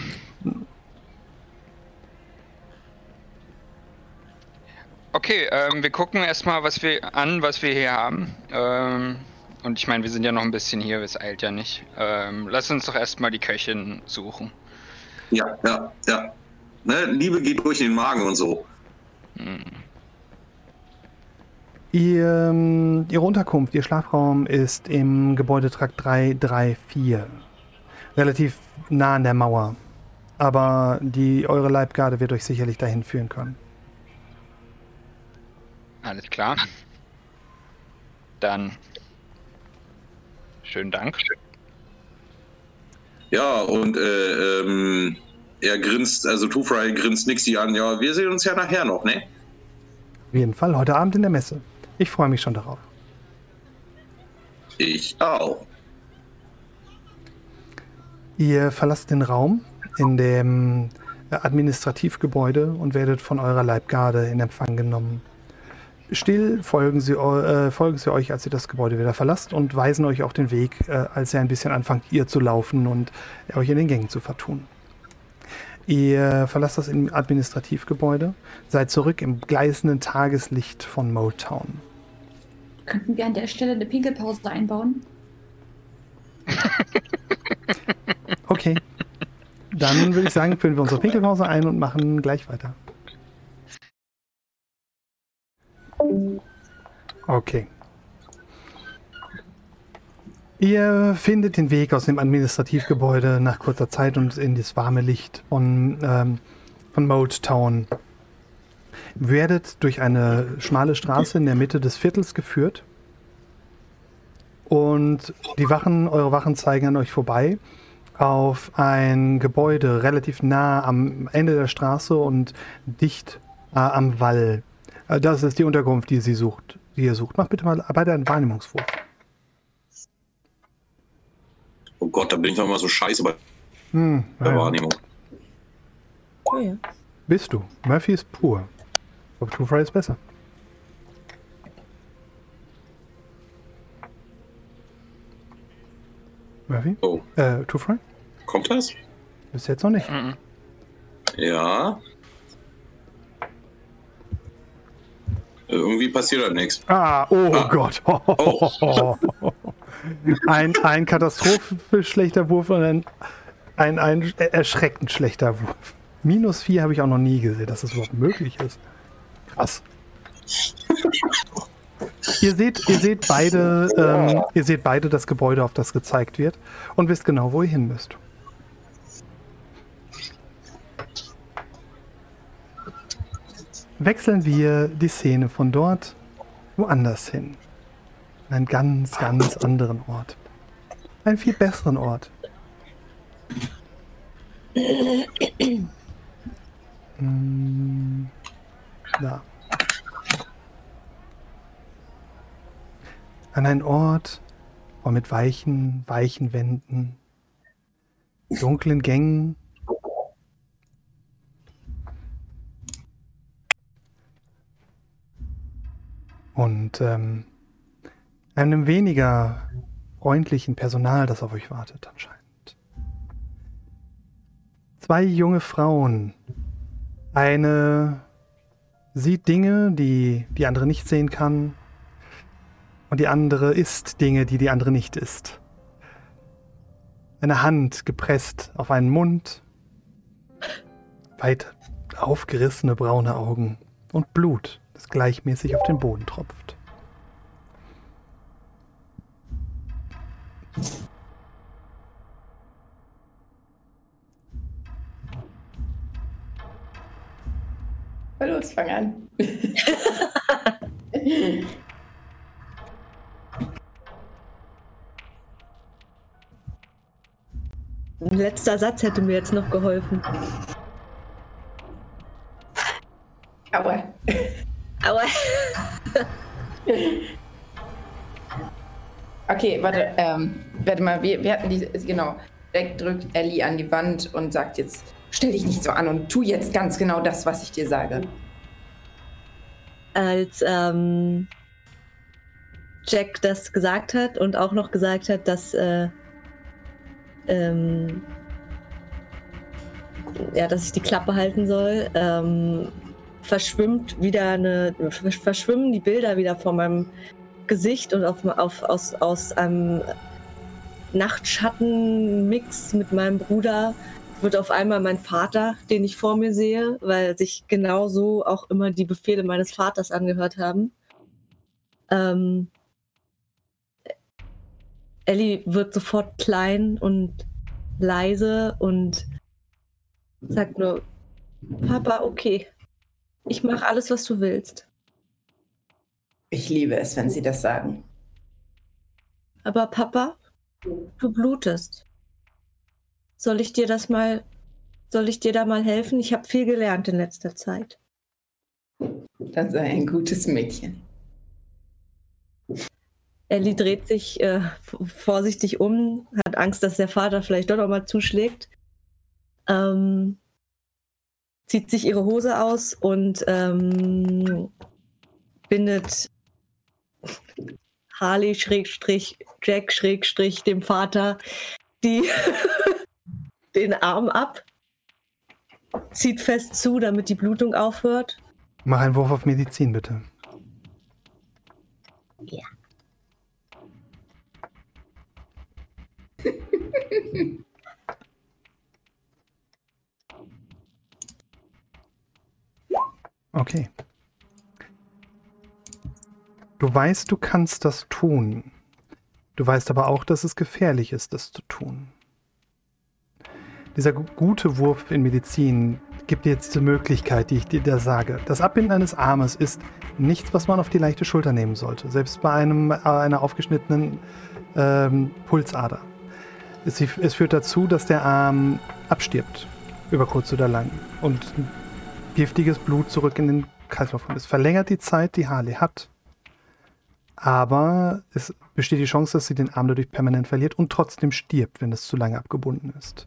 Okay, wir gucken erstmal, was wir hier haben. Und ich meine, wir sind ja noch ein bisschen hier, es eilt ja nicht. Lass uns doch erstmal die Köchin suchen. Ja. Ne, Liebe geht durch den Magen und so. Ihre Unterkunft, Ihr Schlafraum ist im Gebäudetrakt 334. Relativ nah an der Mauer. Aber eure Leibgarde wird euch sicherlich dahin führen können. Alles klar. Dann schönen Dank. Ja, und er grinst, also Two-Fry grinst Nixie an. Ja, wir sehen uns ja nachher noch, ne? Auf jeden Fall, heute Abend in der Messe. Ich freue mich schon darauf. Ich auch. Ihr verlasst den Raum in dem Administrativgebäude und werdet von eurer Leibgarde in Empfang genommen. Still folgen sie euch, als ihr das Gebäude wieder verlasst, und weisen euch auch den Weg, als ihr ein bisschen anfangt, ihr zu laufen und euch in den Gängen zu vertun. Ihr verlasst das Administrativgebäude, seid zurück im gleißenden Tageslicht von Motown. Könnten wir an der Stelle eine Pinkelpause einbauen? Okay. Dann würde ich sagen, führen wir unsere Pinkelpause ein und machen gleich weiter. Okay. Ihr findet den Weg aus dem Administrativgebäude nach kurzer Zeit und in das warme Licht von Mold Town. Werdet durch eine schmale Straße in der Mitte des Viertels geführt und eure Wachen zeigen an euch vorbei auf ein Gebäude relativ nah am Ende der Straße und dicht am Wall. Das ist die Unterkunft, die ihr sucht. Macht bitte mal beide einen Wahrnehmungswurf. Oh Gott, da bin ich doch mal so scheiße bei der Wahrnehmung. Oh ja. Bist du. Murphy ist pur. Aber Too Fry ist besser. Murphy? Oh. Too Fry? Kommt das? Bis jetzt noch nicht. Ja. Irgendwie passiert da nichts. Gott. Ein katastrophisch schlechter Wurf und ein erschreckend schlechter Wurf. -4 habe ich auch noch nie gesehen, dass das überhaupt möglich ist. Krass. Ihr seht beide das Gebäude, auf das gezeigt wird, und wisst genau, wo ihr hin müsst. Wechseln wir die Szene von dort woanders hin. An einen ganz, ganz anderen Ort. Einen viel besseren Ort. Da. An einen Ort, voll mit weichen Wänden, dunklen Gängen, und einem weniger freundlichen Personal, das auf euch wartet anscheinend. 2 junge Frauen. Eine sieht Dinge, die die andere nicht sehen kann, und die andere isst Dinge, die die andere nicht isst. Eine Hand gepresst auf einen Mund, weit aufgerissene braune Augen und Blut, das gleichmäßig auf den Boden tropft. Los, fang an. Ein letzter Satz hätte mir jetzt noch geholfen. Aua. Aua. Okay, warte mal, wir hatten genau. Jack drückt Ellie an die Wand und sagt jetzt, stell dich nicht so an und tu jetzt ganz genau das, was ich dir sage. Als Jack das gesagt hat und auch noch gesagt hat, dass dass ich die Klappe halten soll, verschwimmen die Bilder wieder vor meinem Gesicht und aus einem Nachtschattenmix mit meinem Bruder wird auf einmal mein Vater, den ich vor mir sehe, weil sich genauso auch immer die Befehle meines Vaters angehört haben. Ellie wird sofort klein und leise und sagt nur, Papa, okay, ich mache alles, was du willst. Ich liebe es, wenn sie das sagen. Aber Papa, du blutest. Soll ich dir da mal helfen? Ich habe viel gelernt in letzter Zeit. Dann sei ein gutes Mädchen. Ellie dreht sich vorsichtig um, hat Angst, dass der Vater vielleicht doch noch mal zuschlägt. Zieht sich ihre Hose aus und bindet Harley Jack dem Vater den Arm ab, zieht fest zu, damit die Blutung aufhört. Mach einen Wurf auf Medizin, bitte. Ja. Okay. Du weißt, du kannst das tun. Du weißt aber auch, dass es gefährlich ist, das zu tun. Dieser gute Wurf in Medizin gibt dir jetzt die Möglichkeit, die ich dir da sage. Das Abbinden eines Armes ist nichts, was man auf die leichte Schulter nehmen sollte. Selbst bei einer aufgeschnittenen Pulsader. Es führt dazu, dass der Arm abstirbt, über kurz oder lang. Und giftiges Blut zurück in den Kreislauf kommt. Es verlängert die Zeit, die Harley hat. Aber es besteht die Chance, dass sie den Arm dadurch permanent verliert und trotzdem stirbt, wenn es zu lange abgebunden ist.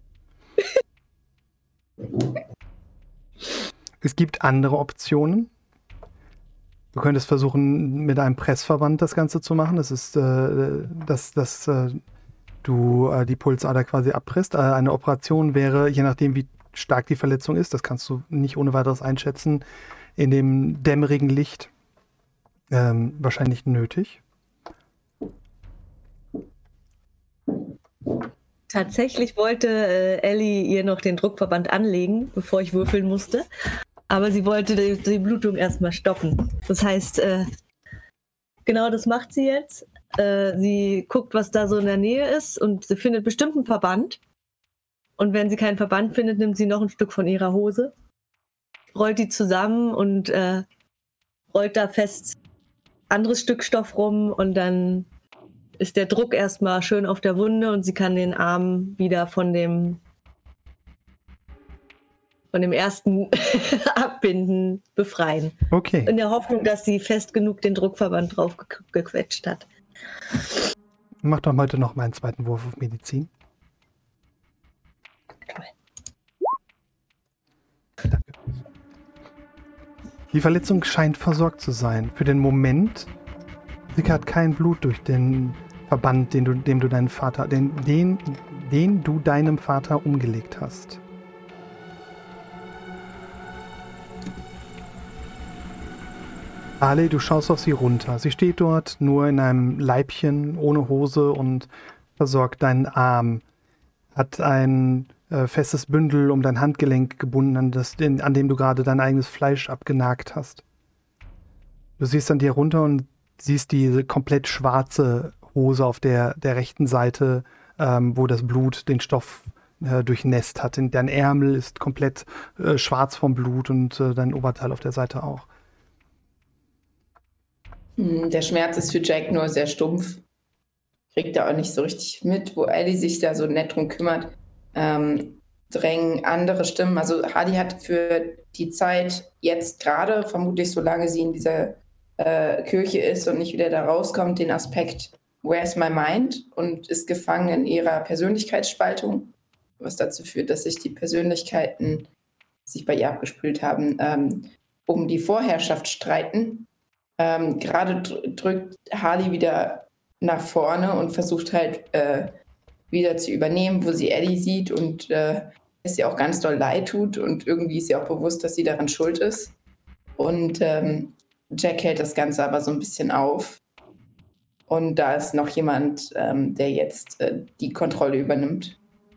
Es gibt andere Optionen. Du könntest versuchen, mit einem Pressverband das Ganze zu machen. Das ist, dass du die Pulsader quasi abpresst. Eine Operation wäre, je nachdem wie stark die Verletzung ist, das kannst du nicht ohne weiteres einschätzen, in dem dämmerigen Licht wahrscheinlich nötig. Tatsächlich wollte Ellie ihr noch den Druckverband anlegen, bevor ich würfeln musste. Aber sie wollte die Blutung erstmal stoppen. Das heißt, genau das macht sie jetzt. Sie guckt, was da so in der Nähe ist und sie findet bestimmt einen Verband. Und wenn sie keinen Verband findet, nimmt sie noch ein Stück von ihrer Hose, rollt die zusammen und rollt da fest anderes Stück Stoff rum und dann ist der Druck erstmal schön auf der Wunde und sie kann den Arm wieder von dem ersten Abbinden befreien. Okay. In der Hoffnung, dass sie fest genug den Druckverband drauf gequetscht hat. Mach doch heute noch meinen zweiten Wurf auf Medizin. Toll. Danke. Die Verletzung scheint versorgt zu sein. Für den Moment sickert kein Blut durch den Verband, den du deinem Vater umgelegt hast. Harley, du schaust auf sie runter. Sie steht dort nur in einem Leibchen ohne Hose und versorgt deinen Arm. Hat ein festes Bündel um dein Handgelenk gebunden, an dem du gerade dein eigenes Fleisch abgenagt hast. Du siehst an dir runter und siehst diese komplett schwarze Hose auf der rechten Seite, wo das Blut den Stoff durchnässt hat. Dein Ärmel ist komplett schwarz vom Blut und dein Oberteil auf der Seite auch. Der Schmerz ist für Jack nur sehr stumpf. Kriegt er auch nicht so richtig mit, wo Ellie sich da so nett drum kümmert. Drängen andere Stimmen. Also Harley hat für die Zeit jetzt gerade, vermutlich solange sie in dieser Kirche ist und nicht wieder da rauskommt, den Aspekt Where's my mind? Und ist gefangen in ihrer Persönlichkeitsspaltung, was dazu führt, dass sich die Persönlichkeiten sich bei ihr abgespült haben, um die Vorherrschaft streiten. Gerade drückt Harley wieder nach vorne und versucht halt wieder zu übernehmen, wo sie Ellie sieht und es ihr auch ganz doll leid tut und irgendwie ist ihr auch bewusst, dass sie daran schuld ist. Und Jack hält das Ganze aber so ein bisschen auf. Und da ist noch jemand, der jetzt die Kontrolle übernimmt.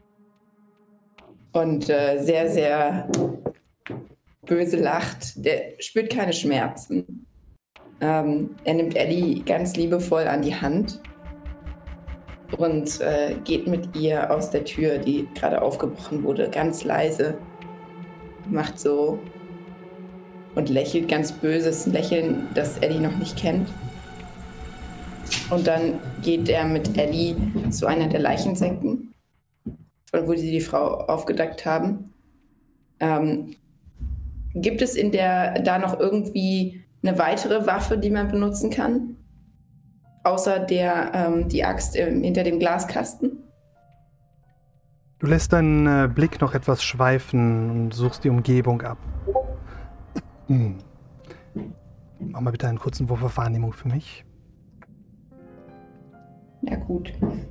Und sehr, sehr böse lacht. Der spürt keine Schmerzen. Er nimmt Ellie ganz liebevoll an die Hand und geht mit ihr aus der Tür, die gerade aufgebrochen wurde, ganz leise. Macht so und lächelt ganz böses Lächeln, das Ellie noch nicht kennt. Und dann geht er mit Ellie zu einer der Leichensäcken, von wo sie die Frau aufgedeckt haben. Gibt es da noch irgendwie eine weitere Waffe, die man benutzen kann? Außer die Axt hinter dem Glaskasten? Du lässt deinen Blick noch etwas schweifen und suchst die Umgebung ab. Mach mal bitte einen kurzen Wurf auf Wahrnehmung für mich. Ja, gut.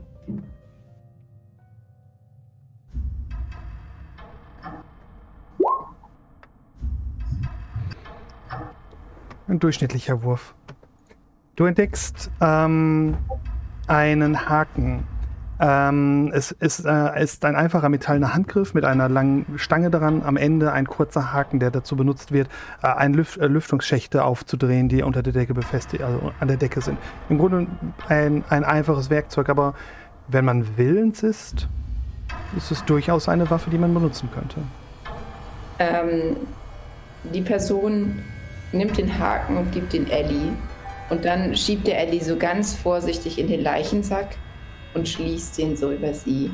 Ein durchschnittlicher Wurf. Du entdeckst einen Haken, Es ist ein einfacher metallener Handgriff mit einer langen Stange daran, am Ende ein kurzer Haken, der dazu benutzt wird, Lüftungsschächte aufzudrehen, die unter der Decke befestigt, also an der Decke sind. Im Grunde ein einfaches Werkzeug, aber wenn man willens ist es durchaus eine Waffe, die man benutzen könnte. Die Person nimmt den Haken und gibt den Ellie. Und dann schiebt der Ellie so ganz vorsichtig in den Leichensack und schließt den so über sie.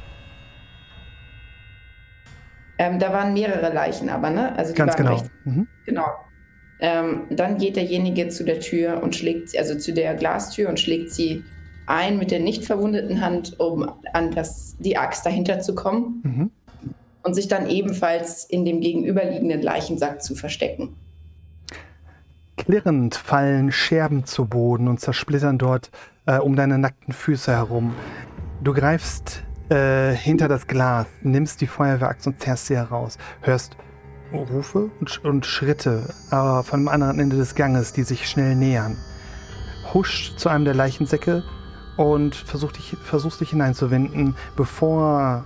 Da waren mehrere Leichen aber, ne? Also die ganz waren genau. recht, genau. Dann geht derjenige zu der Tür und schlägt sie, also zu der Glastür und schlägt sie ein mit der nicht verwundeten Hand, um an die Axt dahinter zu kommen und sich dann ebenfalls in dem gegenüberliegenden Leichensack zu verstecken. Klirrend fallen Scherben zu Boden und zersplittern dort um deine nackten Füße herum. Du greifst hinter das Glas, nimmst die Feuerwehraxt und zerrst sie heraus. Hörst Rufe und Schritte von dem anderen Ende des Ganges, die sich schnell nähern. Huscht zu einem der Leichensäcke und versuchst dich hineinzuwinden, bevor...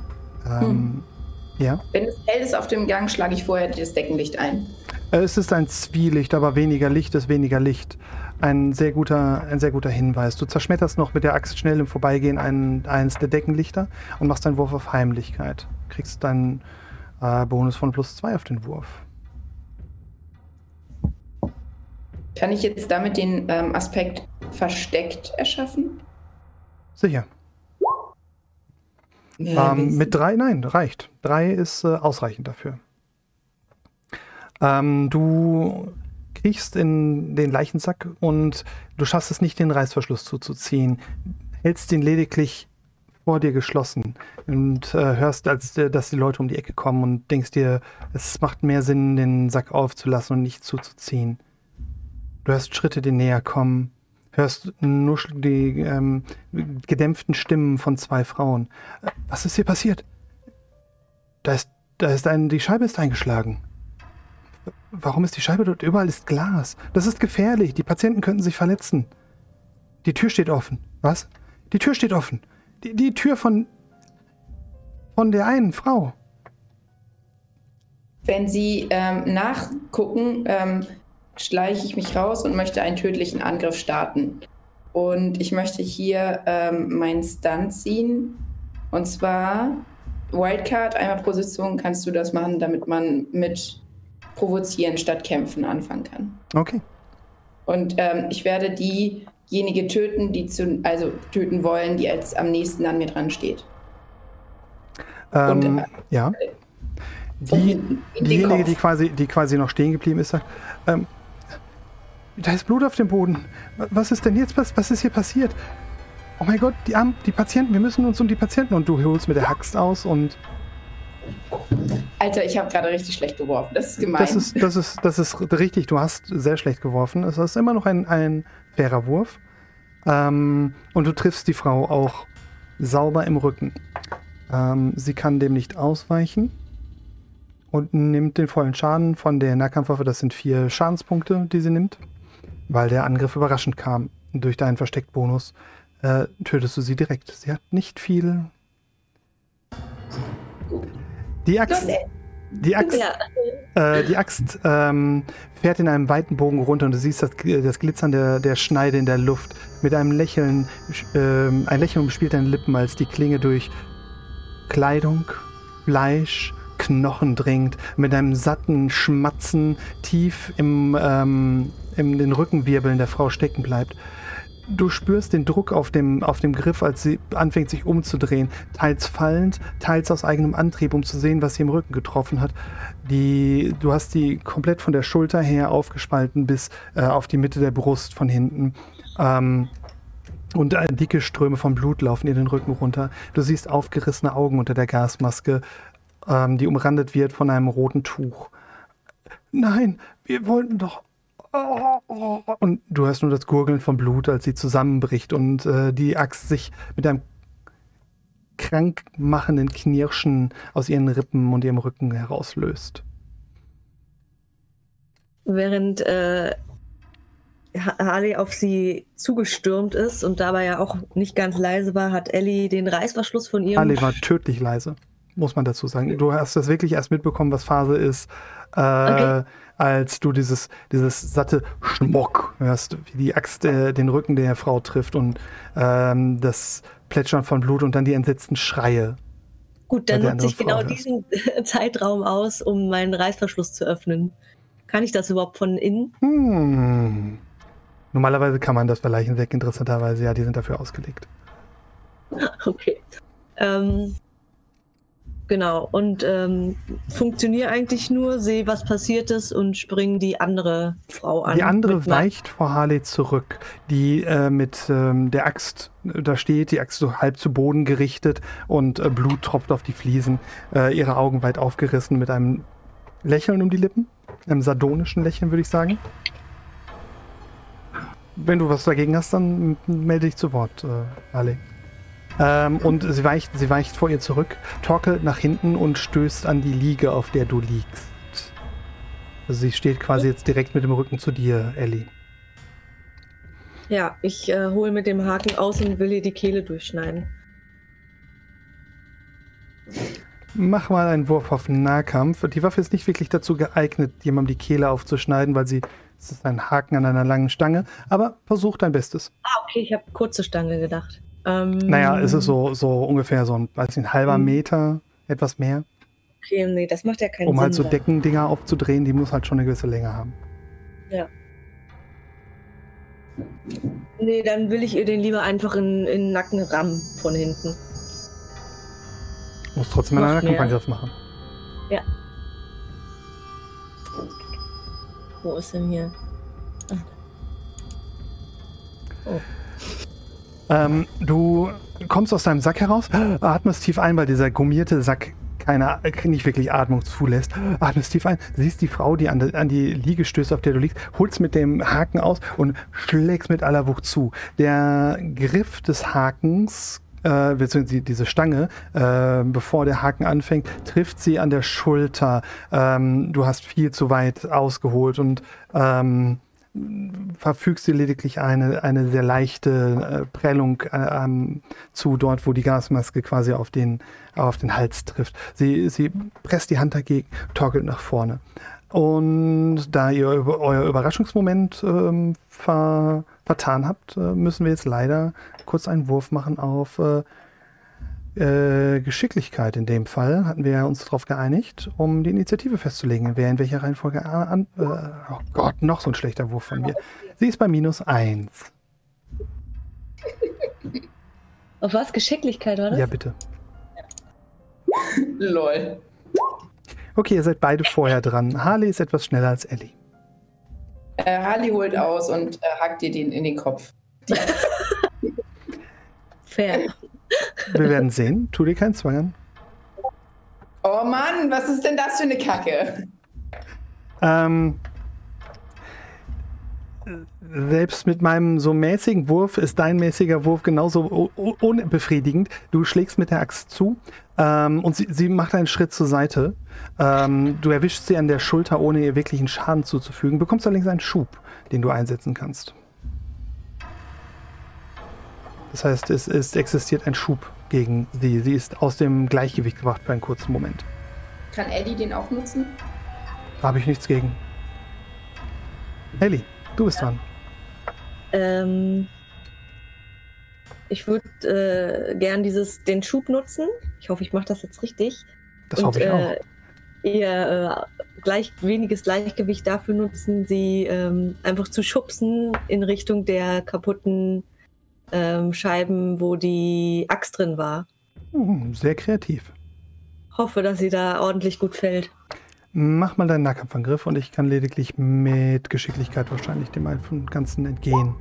Ja? Wenn es hell ist auf dem Gang, schlage ich vorher das Deckenlicht ein. Es ist ein Zwielicht, aber weniger Licht ist weniger Licht. Ein sehr guter Hinweis. Du zerschmetterst noch mit der Axt schnell im Vorbeigehen eines der Deckenlichter und machst einen Wurf auf Heimlichkeit. Kriegst deinen Bonus von +2 auf den Wurf. Kann ich jetzt damit den Aspekt versteckt erschaffen? Sicher. Mit 3? Nein, reicht. 3 ist ausreichend dafür. Du kriechst in den Leichensack und du schaffst es nicht, den Reißverschluss zuzuziehen. Hältst ihn lediglich vor dir geschlossen und hörst, dass die Leute um die Ecke kommen und denkst dir, es macht mehr Sinn, den Sack aufzulassen und nicht zuzuziehen. Du hörst Schritte, die näher kommen, hörst die gedämpften Stimmen von 2 Frauen. Was ist hier passiert? Die Scheibe ist eingeschlagen. Warum ist die Scheibe dort? Überall ist Glas. Das ist gefährlich. Die Patienten könnten sich verletzen. Die Tür steht offen. Was? Die Tür steht offen. Die Tür von der einen Frau. Wenn Sie nachgucken, schleiche ich mich raus und möchte einen tödlichen Angriff starten. Und ich möchte hier meinen Stunt ziehen. Und zwar Wildcard, einmal pro Sitzung kannst du das machen, damit man mit Provozieren statt Kämpfen anfangen kann. Okay. Und ich werde diejenige töten, töten wollen, die als am nächsten an mir dran steht. Ja. Diejenige, die quasi noch stehen geblieben ist, sagt, da ist Blut auf dem Boden. Was ist denn jetzt? Was ist hier passiert? Oh mein Gott, die Patienten, wir müssen uns um die Patienten. Und du holst mit der Axt aus und... Alter, ich habe gerade richtig schlecht geworfen. Das ist gemein. Das ist richtig. Du hast sehr schlecht geworfen. Es ist immer noch ein fairer Wurf. Und du triffst die Frau auch sauber im Rücken. Sie kann dem nicht ausweichen und nimmt den vollen Schaden von der Nahkampfwaffe. Das sind 4 Schadenspunkte, die sie nimmt, weil der Angriff überraschend kam. Durch deinen Verstecktbonus tötest du sie direkt. Sie hat nicht viel... Die Axt fährt in einem weiten Bogen runter und du siehst das Glitzern der Schneide in der Luft. Mit einem Lächeln, ein Lächeln umspielt deine Lippen, als die Klinge durch Kleidung, Fleisch, Knochen dringt, mit einem satten Schmatzen tief in den Rückenwirbeln der Frau stecken bleibt. Du spürst den Druck auf dem Griff, als sie anfängt, sich umzudrehen. Teils fallend, teils aus eigenem Antrieb, um zu sehen, was sie im Rücken getroffen hat. Du hast die komplett von der Schulter her aufgespalten bis auf die Mitte der Brust von hinten. Und dicke Ströme von Blut laufen ihr den Rücken runter. Du siehst aufgerissene Augen unter der Gasmaske, die umrandet wird von einem roten Tuch. Nein, wir wollten doch... Und du hörst nur das Gurgeln von Blut, als sie zusammenbricht und die Axt sich mit einem krankmachenden Knirschen aus ihren Rippen und ihrem Rücken herauslöst. Während Harley auf sie zugestürmt ist und dabei ja auch nicht ganz leise war, hat Ellie den Reißverschluss von ihrem... Harley war tödlich leise, muss man dazu sagen. Du hast das wirklich erst mitbekommen, was Phase ist, als du dieses satte Schmock hörst, wie die Axt den Rücken der Frau trifft und das Plätschern von Blut und dann die entsetzten Schreie. Gut, dann nutze ich genau diesen Zeitraum aus, um meinen Reißverschluss zu öffnen. Kann ich das überhaupt von innen? Normalerweise kann man das bei Leichensäcken interessanterweise, ja, die sind dafür ausgelegt. Okay. Genau, und funktioniere eigentlich nur, sehe, was passiert ist und springe die andere Frau an. Die andere weicht vor Harley zurück, die mit der Axt da steht, die Axt so halb zu Boden gerichtet und Blut tropft auf die Fliesen, ihre Augen weit aufgerissen mit einem Lächeln um die Lippen, einem sardonischen Lächeln, würde ich sagen. Wenn du was dagegen hast, dann melde dich zu Wort, Harley. Und sie weicht vor ihr zurück, torkelt nach hinten und stößt an die Liege, auf der du liegst. Also sie steht quasi jetzt direkt mit dem Rücken zu dir, Ellie. Ja, ich hole mit dem Haken aus und will ihr die Kehle durchschneiden. Mach mal einen Wurf auf Nahkampf. Die Waffe ist nicht wirklich dazu geeignet, jemandem die Kehle aufzuschneiden, weil es ist ein Haken an einer langen Stange, aber versuch dein Bestes. Okay, ich habe kurze Stange gedacht. Naja, es ist so ungefähr so ein halber Meter, etwas mehr. Okay, nee, das macht ja keinen Sinn. Um halt so Deckendinger aufzudrehen, die muss halt schon eine gewisse Länge haben. Ja. Nee, dann will ich ihr den lieber einfach in den Nacken rammen von hinten. Muss trotzdem einen Nackenangriff machen. Ja. Wo ist denn hier? Oh. Du kommst aus deinem Sack heraus, atmest tief ein, weil dieser gummierte Sack nicht wirklich Atmung zulässt. Atmest tief ein, siehst die Frau, die an die Liege stößt, auf der du liegst, holst mit dem Haken aus und schlägst mit aller Wucht zu. Der Griff des Hakens, beziehungsweise diese Stange, bevor der Haken anfängt, trifft sie an der Schulter. Du hast viel zu weit ausgeholt und verfügst dir lediglich eine sehr leichte Prellung zu, dort wo die Gasmaske quasi auf den Hals trifft. Sie presst die Hand dagegen, torkelt nach vorne. Und da ihr euer Überraschungsmoment vertan habt, müssen wir jetzt leider kurz einen Wurf machen auf Geschicklichkeit. In dem Fall hatten wir uns darauf geeinigt, um die Initiative festzulegen, wer in welcher Reihenfolge oh Gott, noch so ein schlechter Wurf von mir. Sie ist bei -1. Auf was? Geschicklichkeit, oder? Ja, bitte. Lol. Okay, ihr seid beide vorher dran. Harley ist etwas schneller als Ellie. Harley holt aus und hackt dir den in den Kopf. Fair. Wir werden sehen. Tu dir keinen Zwang an. Oh Mann, was ist denn das für eine Kacke? Selbst mit meinem so mäßigen Wurf ist dein mäßiger Wurf genauso unbefriedigend. Du schlägst mit der Axt zu und sie macht einen Schritt zur Seite. Du erwischst sie an der Schulter, ohne ihr wirklichen Schaden zuzufügen. Bekommst allerdings einen Schub, den du einsetzen kannst. Das heißt, es existiert ein Schub gegen sie. Sie ist aus dem Gleichgewicht gebracht für einen kurzen Moment. Kann Eddie den auch nutzen? Da habe ich nichts gegen. Ellie, du bist dran. Ich würde gern den Schub nutzen. Ich hoffe, ich mache das jetzt richtig. Das hoffe ich auch. Ihr weniges Gleichgewicht dafür nutzen, sie einfach zu schubsen in Richtung der kaputten Scheiben, wo die Axt drin war. Sehr kreativ. Hoffe, dass sie da ordentlich gut fällt. Mach mal deinen Nahkampfangriff und ich kann lediglich mit Geschicklichkeit wahrscheinlich dem Ganzen entgehen.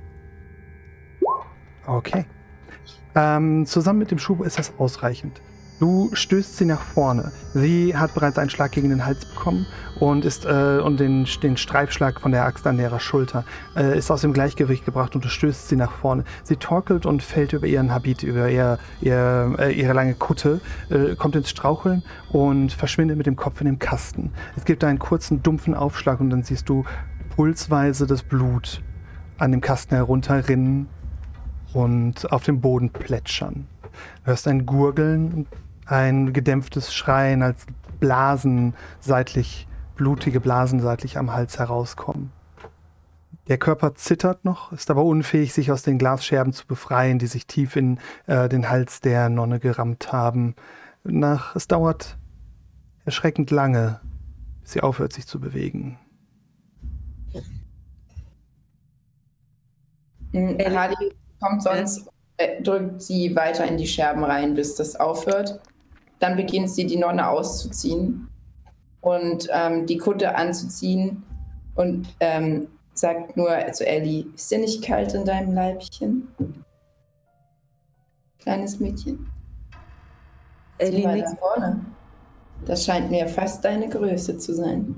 Okay. Zusammen mit dem Schub ist das ausreichend. Du stößt sie nach vorne. Sie hat bereits einen Schlag gegen den Hals bekommen und den Streifschlag von der Axt an ihrer Schulter ist aus dem Gleichgewicht gebracht und du stößt sie nach vorne. Sie torkelt und fällt über ihren Habit, über ihre lange Kutte, kommt ins Straucheln und verschwindet mit dem Kopf in dem Kasten. Es gibt einen kurzen, dumpfen Aufschlag und dann siehst du pulsweise das Blut an dem Kasten herunterrinnen und auf dem Boden plätschern. Du hörst ein Gurgeln, ein gedämpftes Schreien, als blutige Blasen seitlich am Hals herauskommen. Der Körper zittert noch, ist aber unfähig, sich aus den Glasscherben zu befreien, die sich tief in den Hals der Nonne gerammt haben. Es dauert erschreckend lange, bis sie aufhört, sich zu bewegen. Hardy kommt sonst, drückt sie weiter in die Scherben rein, bis das aufhört. Dann beginnt sie, die Nonne auszuziehen und die Kutte anzuziehen und sagt nur zu Ellie, ist dir nicht kalt in deinem Leibchen? Kleines Mädchen. Ellie nickt vorne. Das scheint mir fast deine Größe zu sein.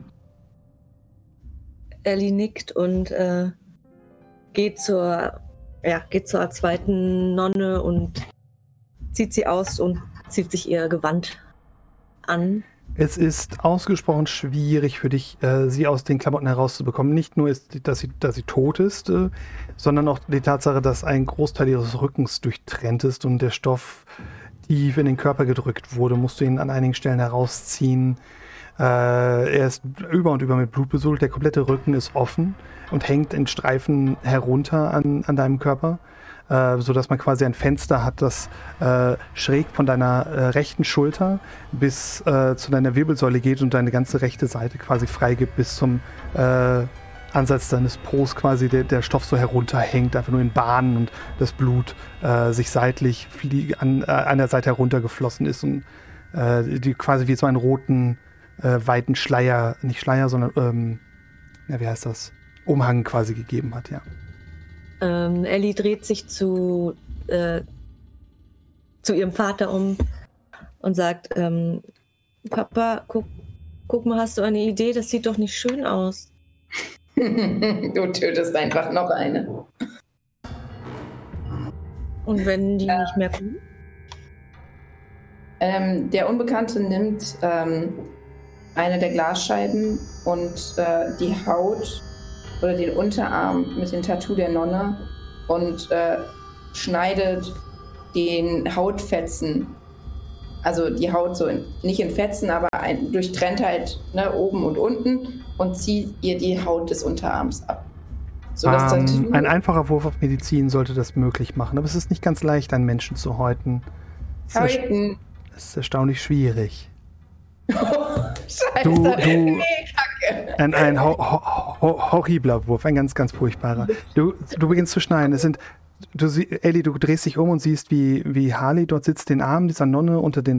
Ellie nickt und geht zur zweiten Nonne und zieht sie aus und zieht sich ihr Gewand an. Es ist ausgesprochen schwierig für dich, sie aus den Klamotten herauszubekommen. Nicht nur, dass sie tot ist, sondern auch die Tatsache, dass ein Großteil ihres Rückens durchtrennt ist und der Stoff tief in den Körper gedrückt wurde. Musst du ihn an einigen Stellen herausziehen. Er ist über und über mit Blut besucht. Der komplette Rücken ist offen und hängt in Streifen herunter an deinem Körper, sodass man quasi ein Fenster hat, das schräg von deiner rechten Schulter bis zu deiner Wirbelsäule geht und deine ganze rechte Seite quasi freigibt bis zum Ansatz deines Po's quasi der Stoff so herunterhängt, einfach nur in Bahnen und das Blut sich seitlich an der Seite heruntergeflossen ist und die quasi wie so einen roten, weiten Schleier, nicht Schleier, sondern wie heißt das? Umhang quasi gegeben hat, ja. Ellie dreht sich zu ihrem Vater um und sagt, Papa, guck mal, hast du eine Idee? Das sieht doch nicht schön aus. Du tötest einfach noch eine. Und wenn die nicht mehr kommen? Der Unbekannte nimmt eine der Glasscheiben und die Haut oder den Unterarm mit dem Tattoo der Nonne und schneidet den Hautfetzen, also die Haut so nicht in Fetzen, aber durchtrennt halt oben und unten und zieht ihr die Haut des Unterarms ab. Sodass ein einfacher Wurf auf Medizin sollte das möglich machen, aber es ist nicht ganz leicht, einen Menschen zu häuten. Häuten? Es ist erstaunlich schwierig. Scheiße, nee, Kacke. Ein horribler Wurf, ein ganz, ganz furchtbarer. Du beginnst zu schneiden. Ellie, du drehst dich um und siehst, wie Harley dort sitzt, den Arm dieser Nonne unter die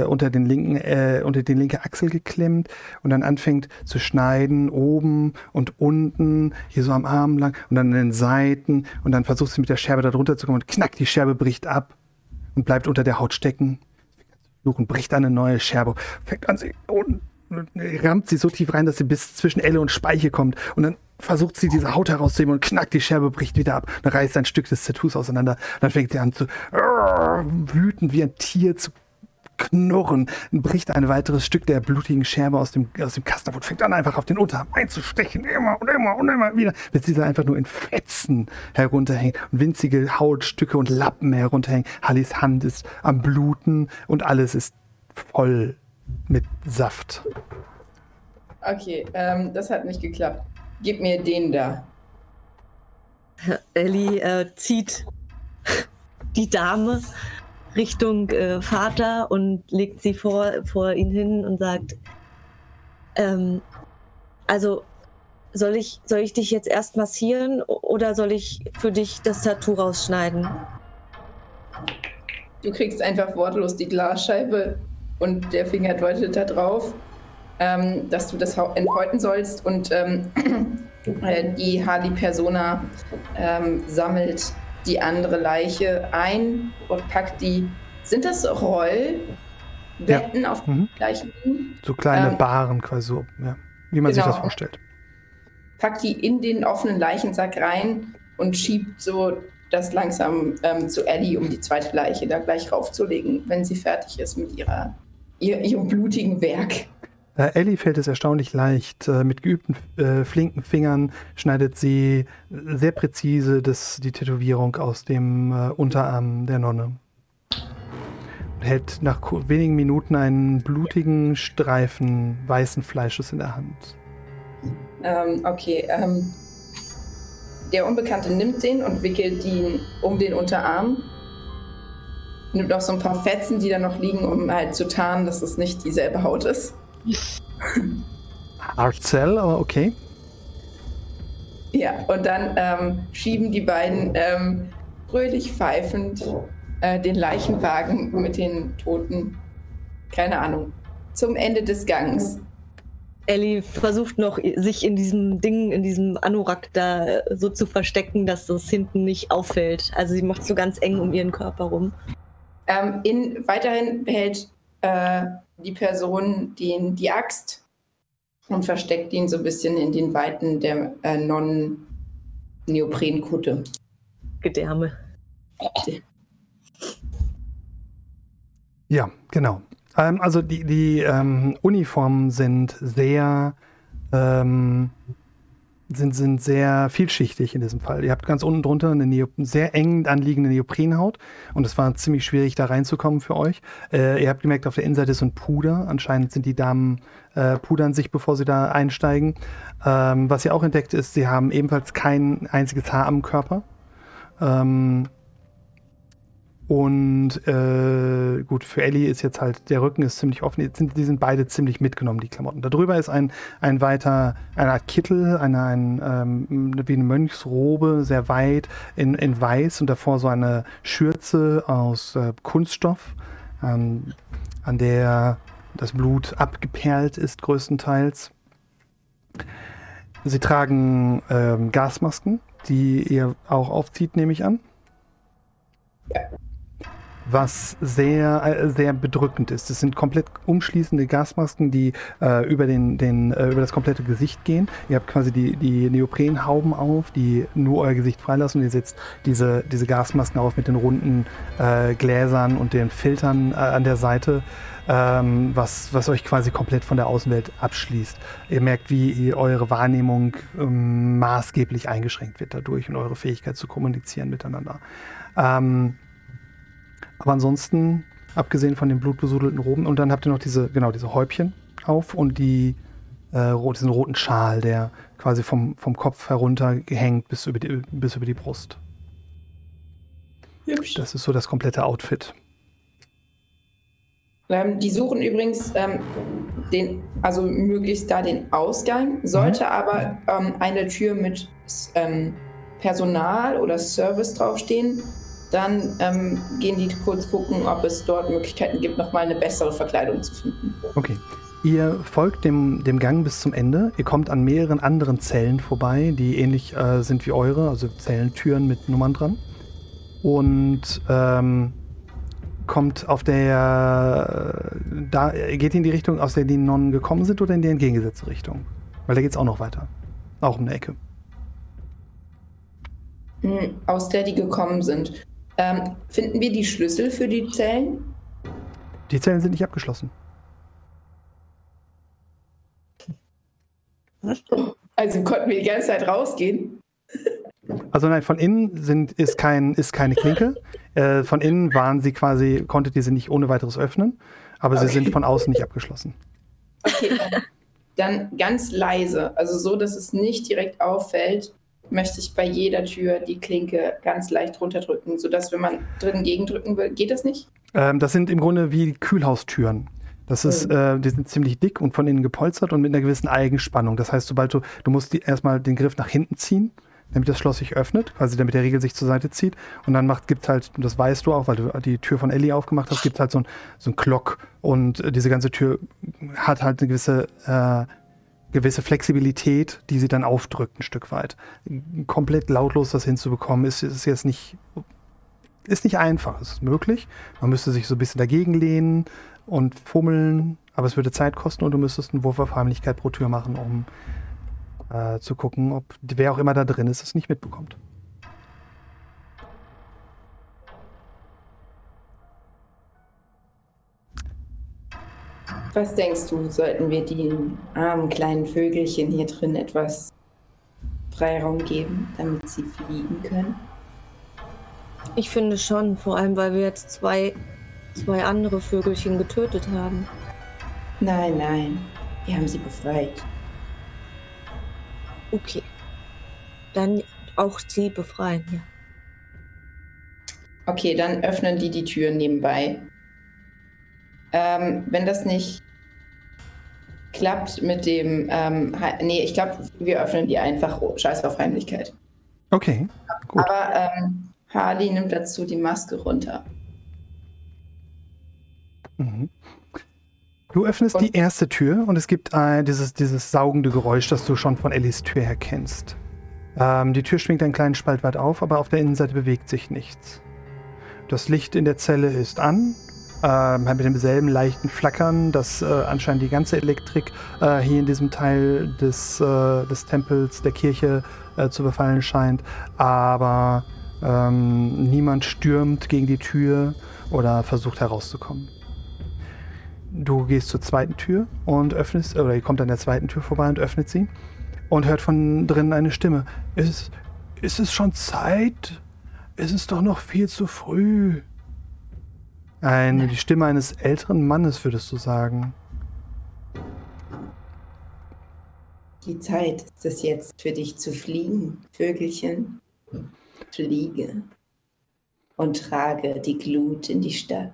linke Achsel geklemmt und dann anfängt zu schneiden, oben und unten, hier so am Arm lang und dann an den Seiten und dann versucht sie mit der Scherbe da drunter zu kommen und knack, die Scherbe bricht ab und bleibt unter der Haut stecken. Und bricht eine neue Scherbe, fängt an, sie und rammt sie so tief rein, dass sie bis zwischen Elle und Speiche kommt und dann versucht sie diese Haut herauszuheben und knackt, die Scherbe bricht wieder ab, dann reißt ein Stück des Tattoos auseinander und dann fängt sie an zu wüten wie ein Tier zu knurren, und bricht ein weiteres Stück der blutigen Scherbe aus dem Kasten und fängt an, einfach auf den Unterarm einzustechen, immer und immer und immer wieder, bis dieser einfach nur in Fetzen herunterhängt und winzige Hautstücke und Lappen herunterhängen. Hallis Hand ist am Bluten und alles ist voll mit Saft. Okay, das hat nicht geklappt. Gib mir den da. Ellie zieht die Dame Richtung Vater und legt sie vor ihn hin und sagt, also soll ich dich jetzt erst massieren oder soll ich für dich das Tattoo rausschneiden? Du kriegst einfach wortlos die Glasscheibe und der Finger deutet da drauf, dass du das enthäuten sollst und die Harley-Persona sammelt die andere Leiche ein und packt die. Sind das Rollbetten auf Leichen? So kleine Baren quasi so, ja, wie man sich das vorstellt. Packt die in den offenen Leichensack rein und schiebt so das langsam zu Ellie, um die zweite Leiche da gleich raufzulegen, wenn sie fertig ist mit ihrem blutigen Werk. Ellie fällt es erstaunlich leicht. Mit geübten, flinken Fingern schneidet sie sehr präzise die Tätowierung aus dem Unterarm der Nonne. Und hält nach wenigen Minuten einen blutigen Streifen weißen Fleisches in der Hand. Okay, der Unbekannte nimmt den und wickelt ihn um den Unterarm. Nimmt auch so ein paar Fetzen, die da noch liegen, um halt zu tarnen, dass es nicht dieselbe Haut ist. Artzell, aber okay. Ja, und dann schieben die beiden fröhlich pfeifend den Leichenwagen mit den Toten, keine Ahnung, zum Ende des Gangs. Ellie versucht noch, sich in diesem Ding, in diesem Anorak da so zu verstecken, dass das hinten nicht auffällt. Also sie macht so ganz eng um ihren Körper rum. Weiterhin behält die Person die Axt und versteckt ihn so ein bisschen in den Weiten der Nonnen-Neoprenkutte. Gedärme. Ja, genau. Also die Uniformen sind sehr sind sehr vielschichtig in diesem Fall. Ihr habt ganz unten drunter eine sehr eng anliegende Neoprenhaut und es war ziemlich schwierig, da reinzukommen für euch. Ihr habt gemerkt, auf der Innenseite ist so ein Puder. Anscheinend sind die Damen pudern sich, bevor sie da einsteigen. Was ihr auch entdeckt ist, sie haben ebenfalls kein einziges Haar am Körper. Und gut, für Ellie ist jetzt halt, der Rücken ist ziemlich offen. Die sind beide ziemlich mitgenommen, die Klamotten. Darüber ist eine Art Kittel, wie eine Mönchsrobe, sehr weit in weiß und davor so eine Schürze aus Kunststoff, an der das Blut abgeperlt ist größtenteils. Sie tragen Gasmasken, die ihr auch aufzieht, nehme ich an. Ja. Was sehr, sehr bedrückend ist. Das sind komplett umschließende Gasmasken, die über das komplette Gesicht gehen. Ihr habt quasi die Neoprenhauben auf, die nur euer Gesicht freilassen und ihr setzt diese Gasmasken auf mit den runden Gläsern und den Filtern an der Seite, was euch quasi komplett von der Außenwelt abschließt. Ihr merkt, wie eure Wahrnehmung maßgeblich eingeschränkt wird dadurch und eure Fähigkeit zu kommunizieren miteinander. Aber ansonsten, abgesehen von den blutbesudelten Roben, und dann habt ihr noch diese Häubchen auf und diesen roten Schal, der quasi vom Kopf heruntergehängt bis über die Brust. Hübsch. Das ist so das komplette Outfit. Die suchen übrigens möglichst da den Ausgang, sollte aber eine Tür mit Personal oder Service draufstehen, dann gehen die kurz gucken, ob es dort Möglichkeiten gibt, nochmal eine bessere Verkleidung zu finden. Okay. Ihr folgt dem Gang bis zum Ende. Ihr kommt an mehreren anderen Zellen vorbei, die ähnlich sind wie eure, also Zellentüren mit Nummern dran. Und kommt geht in die Richtung, aus der die Nonnen gekommen sind, oder in die entgegengesetzte Richtung? Weil da geht's auch noch weiter. Auch um eine Ecke. Aus der die gekommen sind. Finden wir die Schlüssel für die Zellen? Die Zellen sind nicht abgeschlossen. Also konnten wir die ganze Zeit rausgehen? Also nein, von innen ist keine Klinke. Von innen konntet ihr sie nicht ohne weiteres öffnen, aber sie sind von außen nicht abgeschlossen. Okay, dann ganz leise, also so, dass es nicht direkt auffällt, möchte ich bei jeder Tür die Klinke ganz leicht runterdrücken, sodass, wenn man drin gegendrücken will, geht das nicht? Das sind im Grunde wie Kühlhaustüren. Das ist, die sind ziemlich dick und von innen gepolstert und mit einer gewissen Eigenspannung. Das heißt, sobald du musst erstmal den Griff nach hinten ziehen, damit das Schloss sich öffnet, quasi damit der Riegel sich zur Seite zieht. Und dann gibt halt, und das weißt du auch, weil du die Tür von Ellie aufgemacht hast, gibt halt so ein Klock. Und diese ganze Tür hat halt eine gewisse Flexibilität, die sie dann aufdrückt ein Stück weit. Komplett lautlos das hinzubekommen, ist jetzt nicht einfach. Es ist möglich. Man müsste sich so ein bisschen dagegen lehnen und fummeln, aber es würde Zeit kosten und du müsstest einen Wurf auf Heimlichkeit pro Tür machen, um zu gucken, ob wer auch immer da drin ist, es nicht mitbekommt. Was denkst du, sollten wir den armen kleinen Vögelchen hier drin etwas Freiraum geben, damit sie fliegen können? Ich finde schon, vor allem, weil wir jetzt zwei andere Vögelchen getötet haben. Nein, wir haben sie befreit. Okay. Dann auch sie befreien, ja. Okay, dann öffnen die Türen nebenbei. Wenn das nicht klappt mit dem... nee, ich glaube, wir öffnen die einfach. Oh, scheiß auf Heimlichkeit. Okay, gut. Aber Harley nimmt dazu die Maske runter. Mhm. Du öffnest die erste Tür und es gibt dieses saugende Geräusch, das du schon von Ellies Tür her kennst. Die Tür schwingt einen kleinen Spalt weit auf, aber auf der Innenseite bewegt sich nichts. Das Licht in der Zelle ist an, mit demselben leichten Flackern, das anscheinend die ganze Elektrik hier in diesem Teil des Tempels, der Kirche zu befallen scheint. Aber niemand stürmt gegen die Tür oder versucht herauszukommen. Du gehst zur zweiten Tür und öffnest, oder ihr kommt an der zweiten Tür vorbei und öffnet sie und hört von drinnen eine Stimme. Ist es schon Zeit? Es ist doch noch viel zu früh. Die Stimme eines älteren Mannes, würdest du sagen. Die Zeit ist es jetzt für dich zu fliegen, Vögelchen. Fliege und trage die Glut in die Stadt.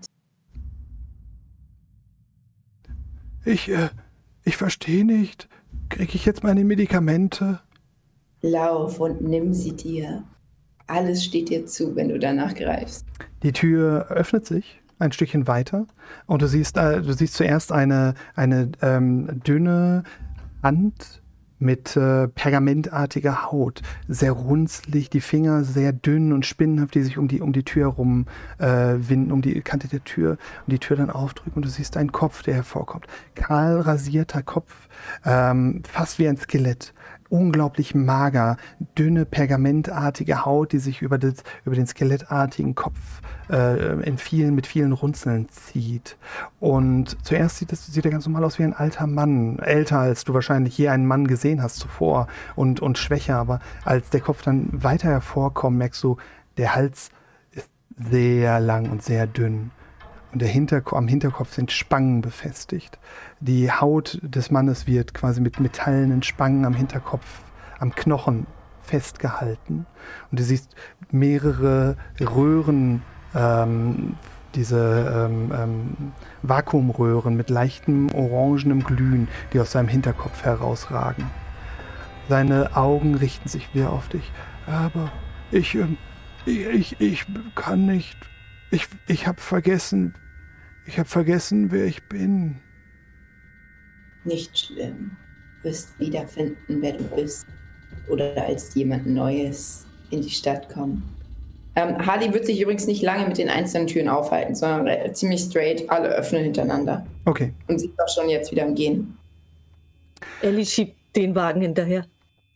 Ich verstehe nicht. Kriege ich jetzt meine Medikamente? Lauf und nimm sie dir. Alles steht dir zu, wenn du danach greifst. Die Tür öffnet sich ein Stückchen weiter und du siehst zuerst eine dünne Hand mit pergamentartiger Haut, sehr runzlig, die Finger sehr dünn und spinnenhaft, die sich um die Tür herum winden, um die Kante der Tür und die Tür dann aufdrücken und du siehst einen Kopf, der hervorkommt. Kahl rasierter Kopf, fast wie ein Skelett. Unglaublich mager, dünne, pergamentartige Haut, die sich über den skelettartigen Kopf mit vielen Runzeln zieht. Und zuerst sieht er ganz normal aus wie ein alter Mann, älter als du wahrscheinlich je einen Mann gesehen hast zuvor und schwächer, aber als der Kopf dann weiter hervorkommt, merkst du, der Hals ist sehr lang und sehr dünn. Und am Hinterkopf sind Spangen befestigt. Die Haut des Mannes wird quasi mit metallenen Spangen am Hinterkopf, am Knochen festgehalten. Und du siehst mehrere Röhren, Vakuumröhren mit leichtem orangenem Glühen, die aus seinem Hinterkopf herausragen. Seine Augen richten sich wieder auf dich. Aber ich kann nicht. Ich habe vergessen, wer ich bin. Nicht schlimm. Du wirst wiederfinden, wer du bist. Oder als jemand Neues in die Stadt kommen. Harley wird sich übrigens nicht lange mit den einzelnen Türen aufhalten, sondern ziemlich straight alle öffnen hintereinander. Okay. Und sie ist auch schon jetzt wieder am Gehen. Ellie schiebt den Wagen hinterher.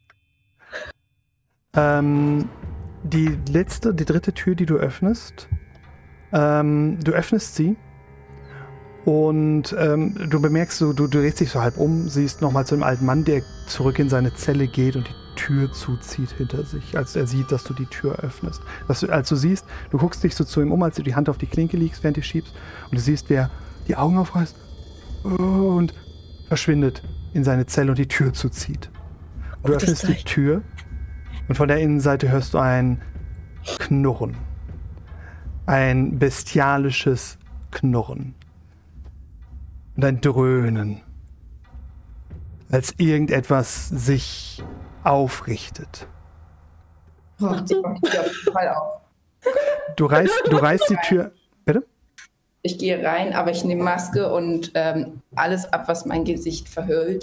Die dritte Tür, die du öffnest, du öffnest sie und du bemerkst, du drehst dich so halb um, siehst nochmal zu dem alten Mann, der zurück in seine Zelle geht und die Tür zuzieht hinter sich, als er sieht, dass du die Tür öffnest. Du guckst dich so zu ihm um, als du die Hand auf die Klinke legst, während du schiebst, und du siehst, wer die Augen aufreißt und verschwindet in seine Zelle und die Tür zuzieht. Du öffnest die Tür und von der Innenseite hörst du ein Knurren. Ein bestialisches Knurren. Und ein Dröhnen. Als irgendetwas sich aufrichtet. Macht sie auf jeden Fall auf. Du reißt die Tür. Bitte? Ich gehe rein, aber ich nehme Maske und alles ab, was mein Gesicht verhüllt.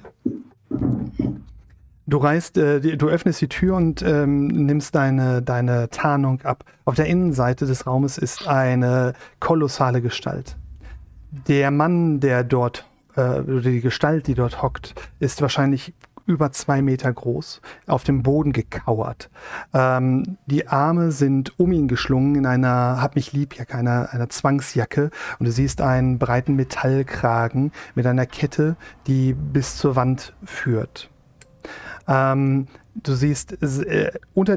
Du öffnest die Tür und nimmst deine Tarnung ab. Auf der Innenseite des Raumes ist eine kolossale Gestalt. Der Mann, der dort, oder die Gestalt, die dort hockt, ist wahrscheinlich über 2 Meter groß, auf dem Boden gekauert. Die Arme sind um ihn geschlungen in einer Hab-mich-lieb-Jacke, einer Zwangsjacke. Und du siehst einen breiten Metallkragen mit einer Kette, die bis zur Wand führt. Du siehst unter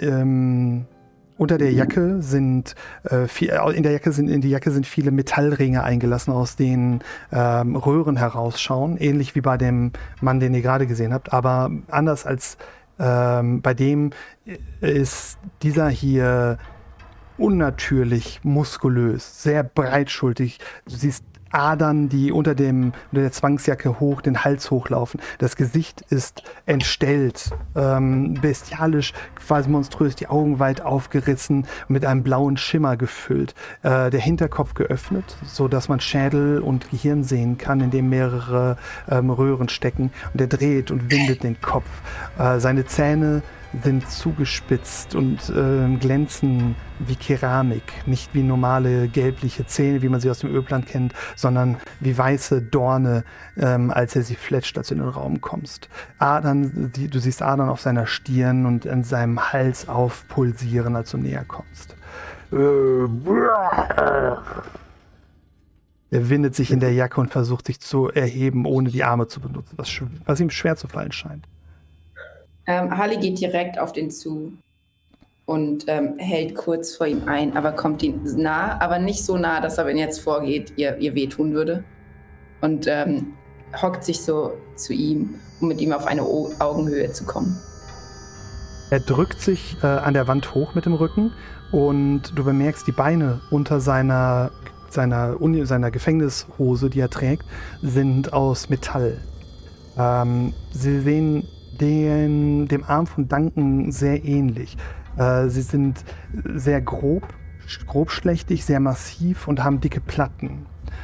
der Jacke sind in die Jacke sind viele Metallringe eingelassen, aus denen Röhren herausschauen, ähnlich wie bei dem Mann, den ihr gerade gesehen habt. Aber anders als bei dem ist dieser hier unnatürlich muskulös, sehr breitschultrig. Du siehst Adern, die unter der Zwangsjacke den Hals hochlaufen. Das Gesicht ist entstellt, bestialisch, quasi monströs, die Augen weit aufgerissen, mit einem blauen Schimmer gefüllt. Der Hinterkopf geöffnet, so dass man Schädel und Gehirn sehen kann, in dem mehrere Röhren stecken. Und er dreht und windet den Kopf. Seine Zähne sind zugespitzt und glänzen wie Keramik, nicht wie normale gelbliche Zähne, wie man sie aus dem Ödland kennt, sondern wie weiße Dorne, als er sie fletscht, als du in den Raum kommst. Adern, du siehst Adern auf seiner Stirn und an seinem Hals aufpulsieren, als du näher kommst. Er windet sich in der Jacke und versucht sich zu erheben, ohne die Arme zu benutzen, was ihm schwer zu fallen scheint. Harley geht direkt auf den zu und hält kurz vor ihm ein, aber kommt ihm nah, aber nicht so nah, dass er, wenn jetzt vorgeht, ihr wehtun würde. Und hockt sich so zu ihm, um mit ihm auf eine Augenhöhe zu kommen. Er drückt sich an der Wand hoch mit dem Rücken und du bemerkst, die Beine unter seiner Gefängnishose, die er trägt, sind aus Metall. Sie sehen dem Arm von Duncan sehr ähnlich. Sie sind sehr grobschlächtig, sehr massiv und haben dicke Platten.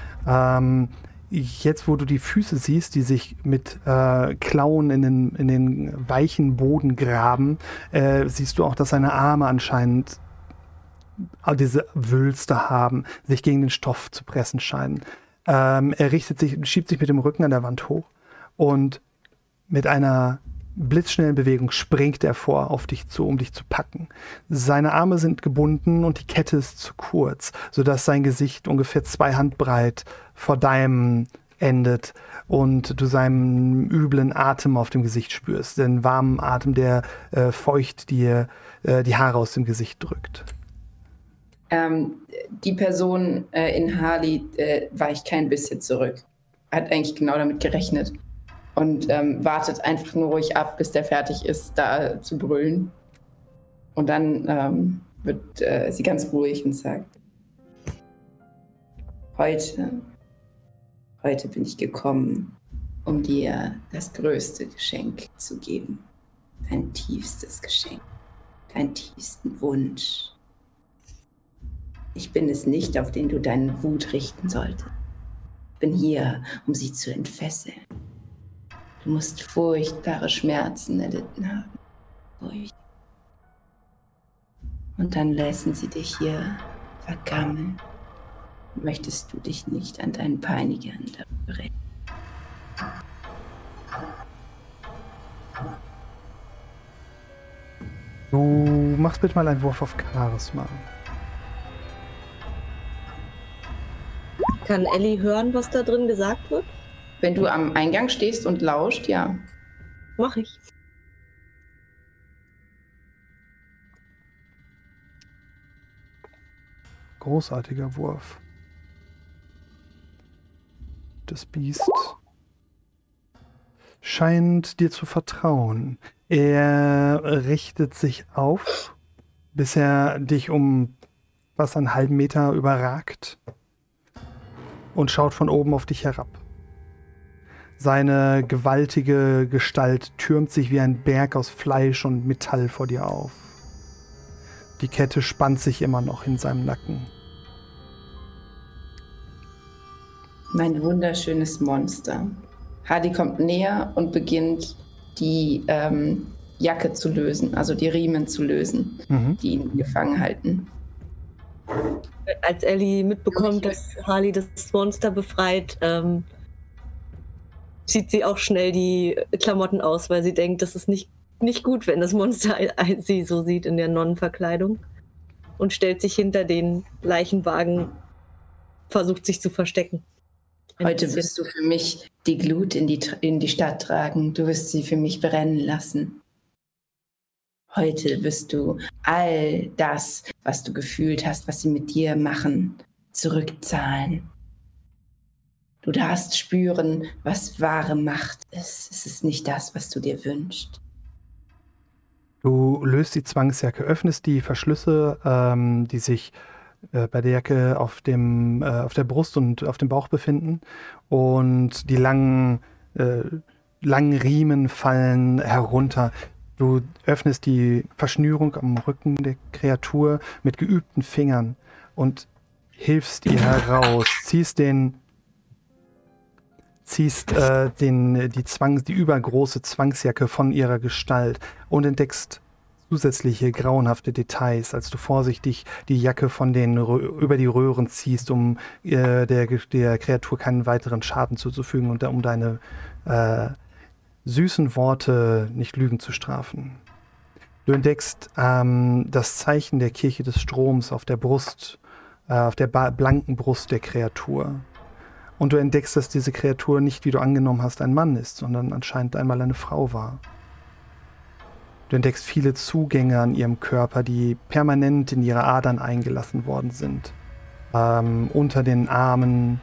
Jetzt, wo du die Füße siehst, die sich mit Klauen in den weichen Boden graben, siehst du auch, dass seine Arme anscheinend diese Wülste haben, sich gegen den Stoff zu pressen scheinen. Er schiebt sich mit dem Rücken an der Wand hoch und mit einer blitzschnellen Bewegung springt er vor auf dich zu, um dich zu packen. Seine Arme sind gebunden und die Kette ist zu kurz, sodass sein Gesicht ungefähr 2 Handbreit vor deinem endet und du seinen üblen Atem auf dem Gesicht spürst, den warmen Atem, der feucht dir die Haare aus dem Gesicht drückt. Die Person in Harley weicht kein bisschen zurück. Hat eigentlich genau damit gerechnet. Und wartet einfach nur ruhig ab, bis der fertig ist, da zu brüllen. Und dann wird sie ganz ruhig und sagt, heute bin ich gekommen, um dir das größte Geschenk zu geben. Dein tiefstes Geschenk, deinen tiefsten Wunsch. Ich bin es nicht, auf den du deine Wut richten solltest. Ich bin hier, um sie zu entfesseln. Du musst furchtbare Schmerzen erlitten haben. Furcht. Und dann lassen sie dich hier vergammeln. Möchtest du dich nicht an deinen Peinigern dafür rächen? Du machst bitte mal einen Wurf auf Charisma. Kann Ellie hören, was da drin gesagt wird? Wenn du am Eingang stehst und lauscht, ja. Mach ich. Großartiger Wurf. Das Biest scheint dir zu vertrauen. Er richtet sich auf, bis er dich um fast einen halben Meter überragt und schaut von oben auf dich herab. Seine gewaltige Gestalt türmt sich wie ein Berg aus Fleisch und Metall vor dir auf. Die Kette spannt sich immer noch in seinem Nacken. Mein wunderschönes Monster. Hardy kommt näher und beginnt, die Jacke zu lösen, also die Riemen zu lösen, die ihn gefangen halten. Als Ellie mitbekommt, dass Harley das Monster befreit, zieht sie auch schnell die Klamotten aus, weil sie denkt, das ist nicht gut, wenn das Monster sie so sieht in der Nonnenverkleidung. Und stellt sich hinter den Leichenwagen, versucht sich zu verstecken. Heute wirst du für mich die Glut in die Stadt tragen. Du wirst sie für mich brennen lassen. Heute wirst du all das, was du gefühlt hast, was sie mit dir machen, zurückzahlen. Du darfst spüren, was wahre Macht ist. Es ist nicht das, was du dir wünschst. Du löst die Zwangsjacke, öffnest die Verschlüsse, die sich bei der Jacke auf der Brust und auf dem Bauch befinden. Und die langen Riemen fallen herunter. Du öffnest die Verschnürung am Rücken der Kreatur mit geübten Fingern und hilfst ihr heraus, ziehst die übergroße Zwangsjacke von ihrer Gestalt und entdeckst zusätzliche grauenhafte Details, als du vorsichtig die Jacke über die Röhren ziehst, um der Kreatur keinen weiteren Schaden zuzufügen und um deine süßen Worte nicht Lügen zu strafen. Du entdeckst das Zeichen der Kirche des Stroms auf der Brust, auf der blanken Brust der Kreatur. Und du entdeckst, dass diese Kreatur nicht, wie du angenommen hast, ein Mann ist, sondern anscheinend einmal eine Frau war. Du entdeckst viele Zugänge an ihrem Körper, die permanent in ihre Adern eingelassen worden sind. Unter den Armen,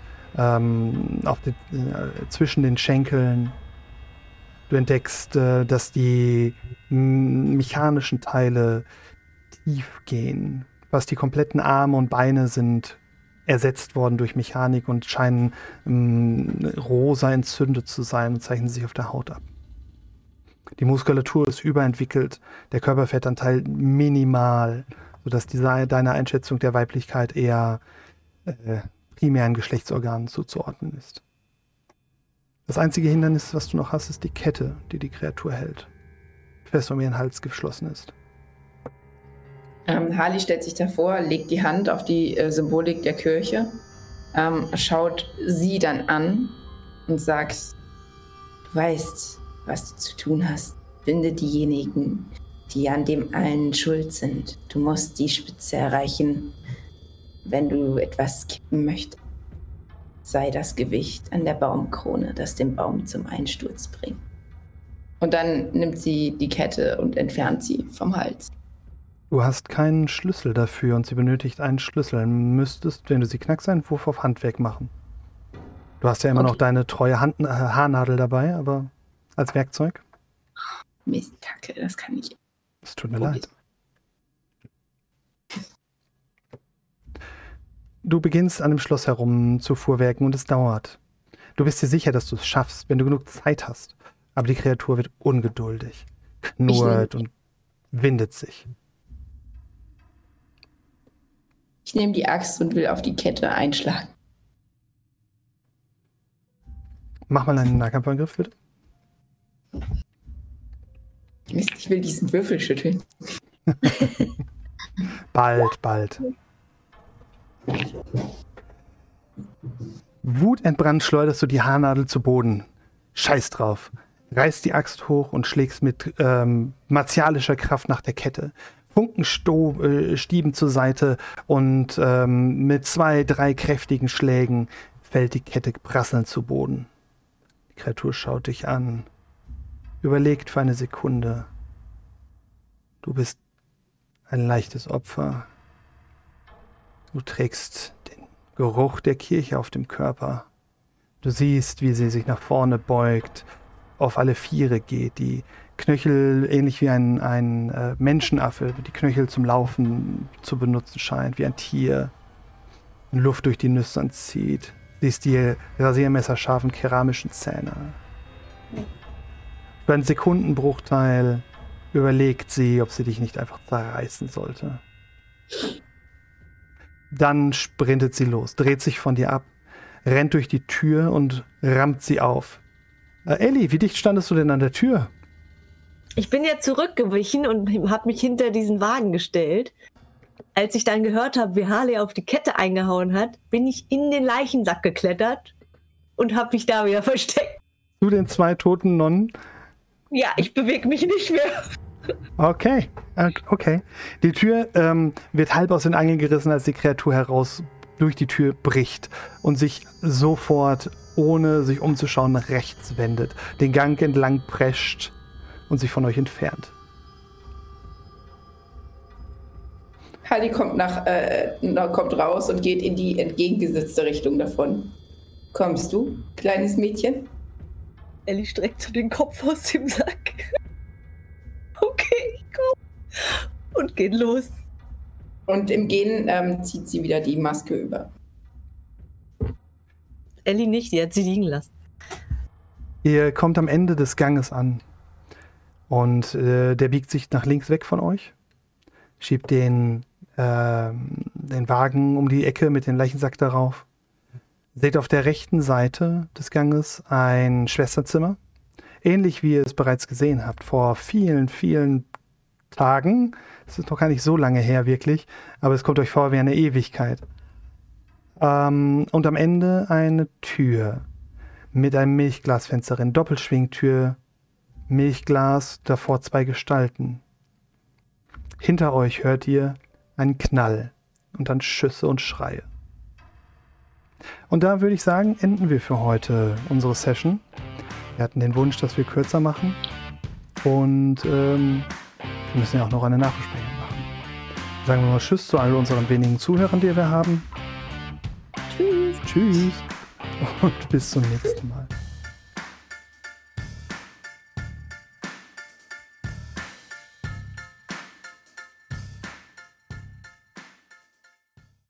zwischen den Schenkeln. Du entdeckst, dass die mechanischen Teile tief gehen. Fast die kompletten Arme und Beine sind ersetzt worden durch Mechanik und scheinen rosa entzündet zu sein und zeichnen sich auf der Haut ab. Die Muskulatur ist überentwickelt, der Körperfettanteil minimal, sodass deine Einschätzung der Weiblichkeit eher primären Geschlechtsorganen zuzuordnen ist. Das einzige Hindernis, was du noch hast, ist die Kette, die die Kreatur hält, fest um ihren Hals geschlossen ist. Harley stellt sich davor, legt die Hand auf die Symbolik der Kirche, schaut sie dann an und sagt, du weißt, was du zu tun hast. Finde diejenigen, die an dem allen schuld sind. Du musst die Spitze erreichen, wenn du etwas kippen möchtest. Sei das Gewicht an der Baumkrone, das den Baum zum Einsturz bringt. Und dann nimmt sie die Kette und entfernt sie vom Hals. Du hast keinen Schlüssel dafür und sie benötigt einen Schlüssel. Müsstest, wenn du sie knackst, einen Wurf auf Handwerk machen. Du hast ja immer noch deine treue Haarnadel dabei, aber als Werkzeug? Mist, Kacke, das kann ich. Es tut mir leid. Du beginnst an dem Schloss herum zu fuhrwerken und es dauert. Du bist dir sicher, dass du es schaffst, wenn du genug Zeit hast. Aber die Kreatur wird ungeduldig, knurrt und windet sich. Ich nehme die Axt und will auf die Kette einschlagen. Mach mal einen Nahkampfangriff, bitte. Mist, ich will diesen Würfel schütteln. Bald. Wutentbrannt schleuderst du die Haarnadel zu Boden. Scheiß drauf. Reißt die Axt hoch und schlägst mit martialischer Kraft nach der Kette. Funken stieben zur Seite und mit 2, 3 kräftigen Schlägen fällt die Kette prasselnd zu Boden. Die Kreatur schaut dich an, überlegt für eine Sekunde. Du bist ein leichtes Opfer. Du trägst den Geruch der Kirche auf dem Körper. Du siehst, wie sie sich nach vorne beugt, auf alle Viere geht, die Knöchel, ähnlich wie ein Menschenaffe, die Knöchel zum Laufen zu benutzen scheint, wie ein Tier, Luft durch die Nüstern zieht. Siehst die rasiermesserscharfen keramischen Zähne. Für einen Sekundenbruchteil überlegt sie, ob sie dich nicht einfach zerreißen sollte. Dann sprintet sie los, dreht sich von dir ab, rennt durch die Tür und rammt sie auf. Ellie, wie dicht standest du denn an der Tür? Ich bin ja zurückgewichen und habe mich hinter diesen Wagen gestellt. Als ich dann gehört habe, wie Harley auf die Kette eingehauen hat, bin ich in den Leichensack geklettert und habe mich da wieder versteckt. zu den 2 toten Nonnen? Ja, ich bewege mich nicht mehr. Okay. Die Tür wird halb aus den Angeln gerissen, als die Kreatur heraus durch die Tür bricht und sich sofort, ohne sich umzuschauen, nach rechts wendet, den Gang entlang prescht und sich von euch entfernt. Hadi kommt raus und geht in die entgegengesetzte Richtung davon. Kommst du, kleines Mädchen? Ellie streckt so den Kopf aus dem Sack. Okay, ich komm. Und geht los. Und im Gehen zieht sie wieder die Maske über. Ellie nicht, die hat sie liegen lassen. Ihr kommt am Ende des Ganges an. Und der biegt sich nach links weg von euch. Schiebt den Wagen um die Ecke mit dem Leichensack darauf. Seht auf der rechten Seite des Ganges ein Schwesterzimmer. Ähnlich wie ihr es bereits gesehen habt, vor vielen, vielen Tagen. Es ist noch gar nicht so lange her, wirklich. Aber es kommt euch vor wie eine Ewigkeit. Und am Ende eine Tür mit einem Milchglasfenster drin. Doppelschwingtür, Milchglas, davor 2 Gestalten. Hinter euch hört ihr einen Knall und dann Schüsse und Schreie. Und da würde ich sagen, enden wir für heute unsere Session. Wir hatten den Wunsch, dass wir kürzer machen. Und wir müssen ja auch noch eine Nachbesprechung machen. Sagen wir mal Tschüss zu all unseren wenigen Zuhörern, die wir haben. Tschüss. Und bis zum nächsten Mal.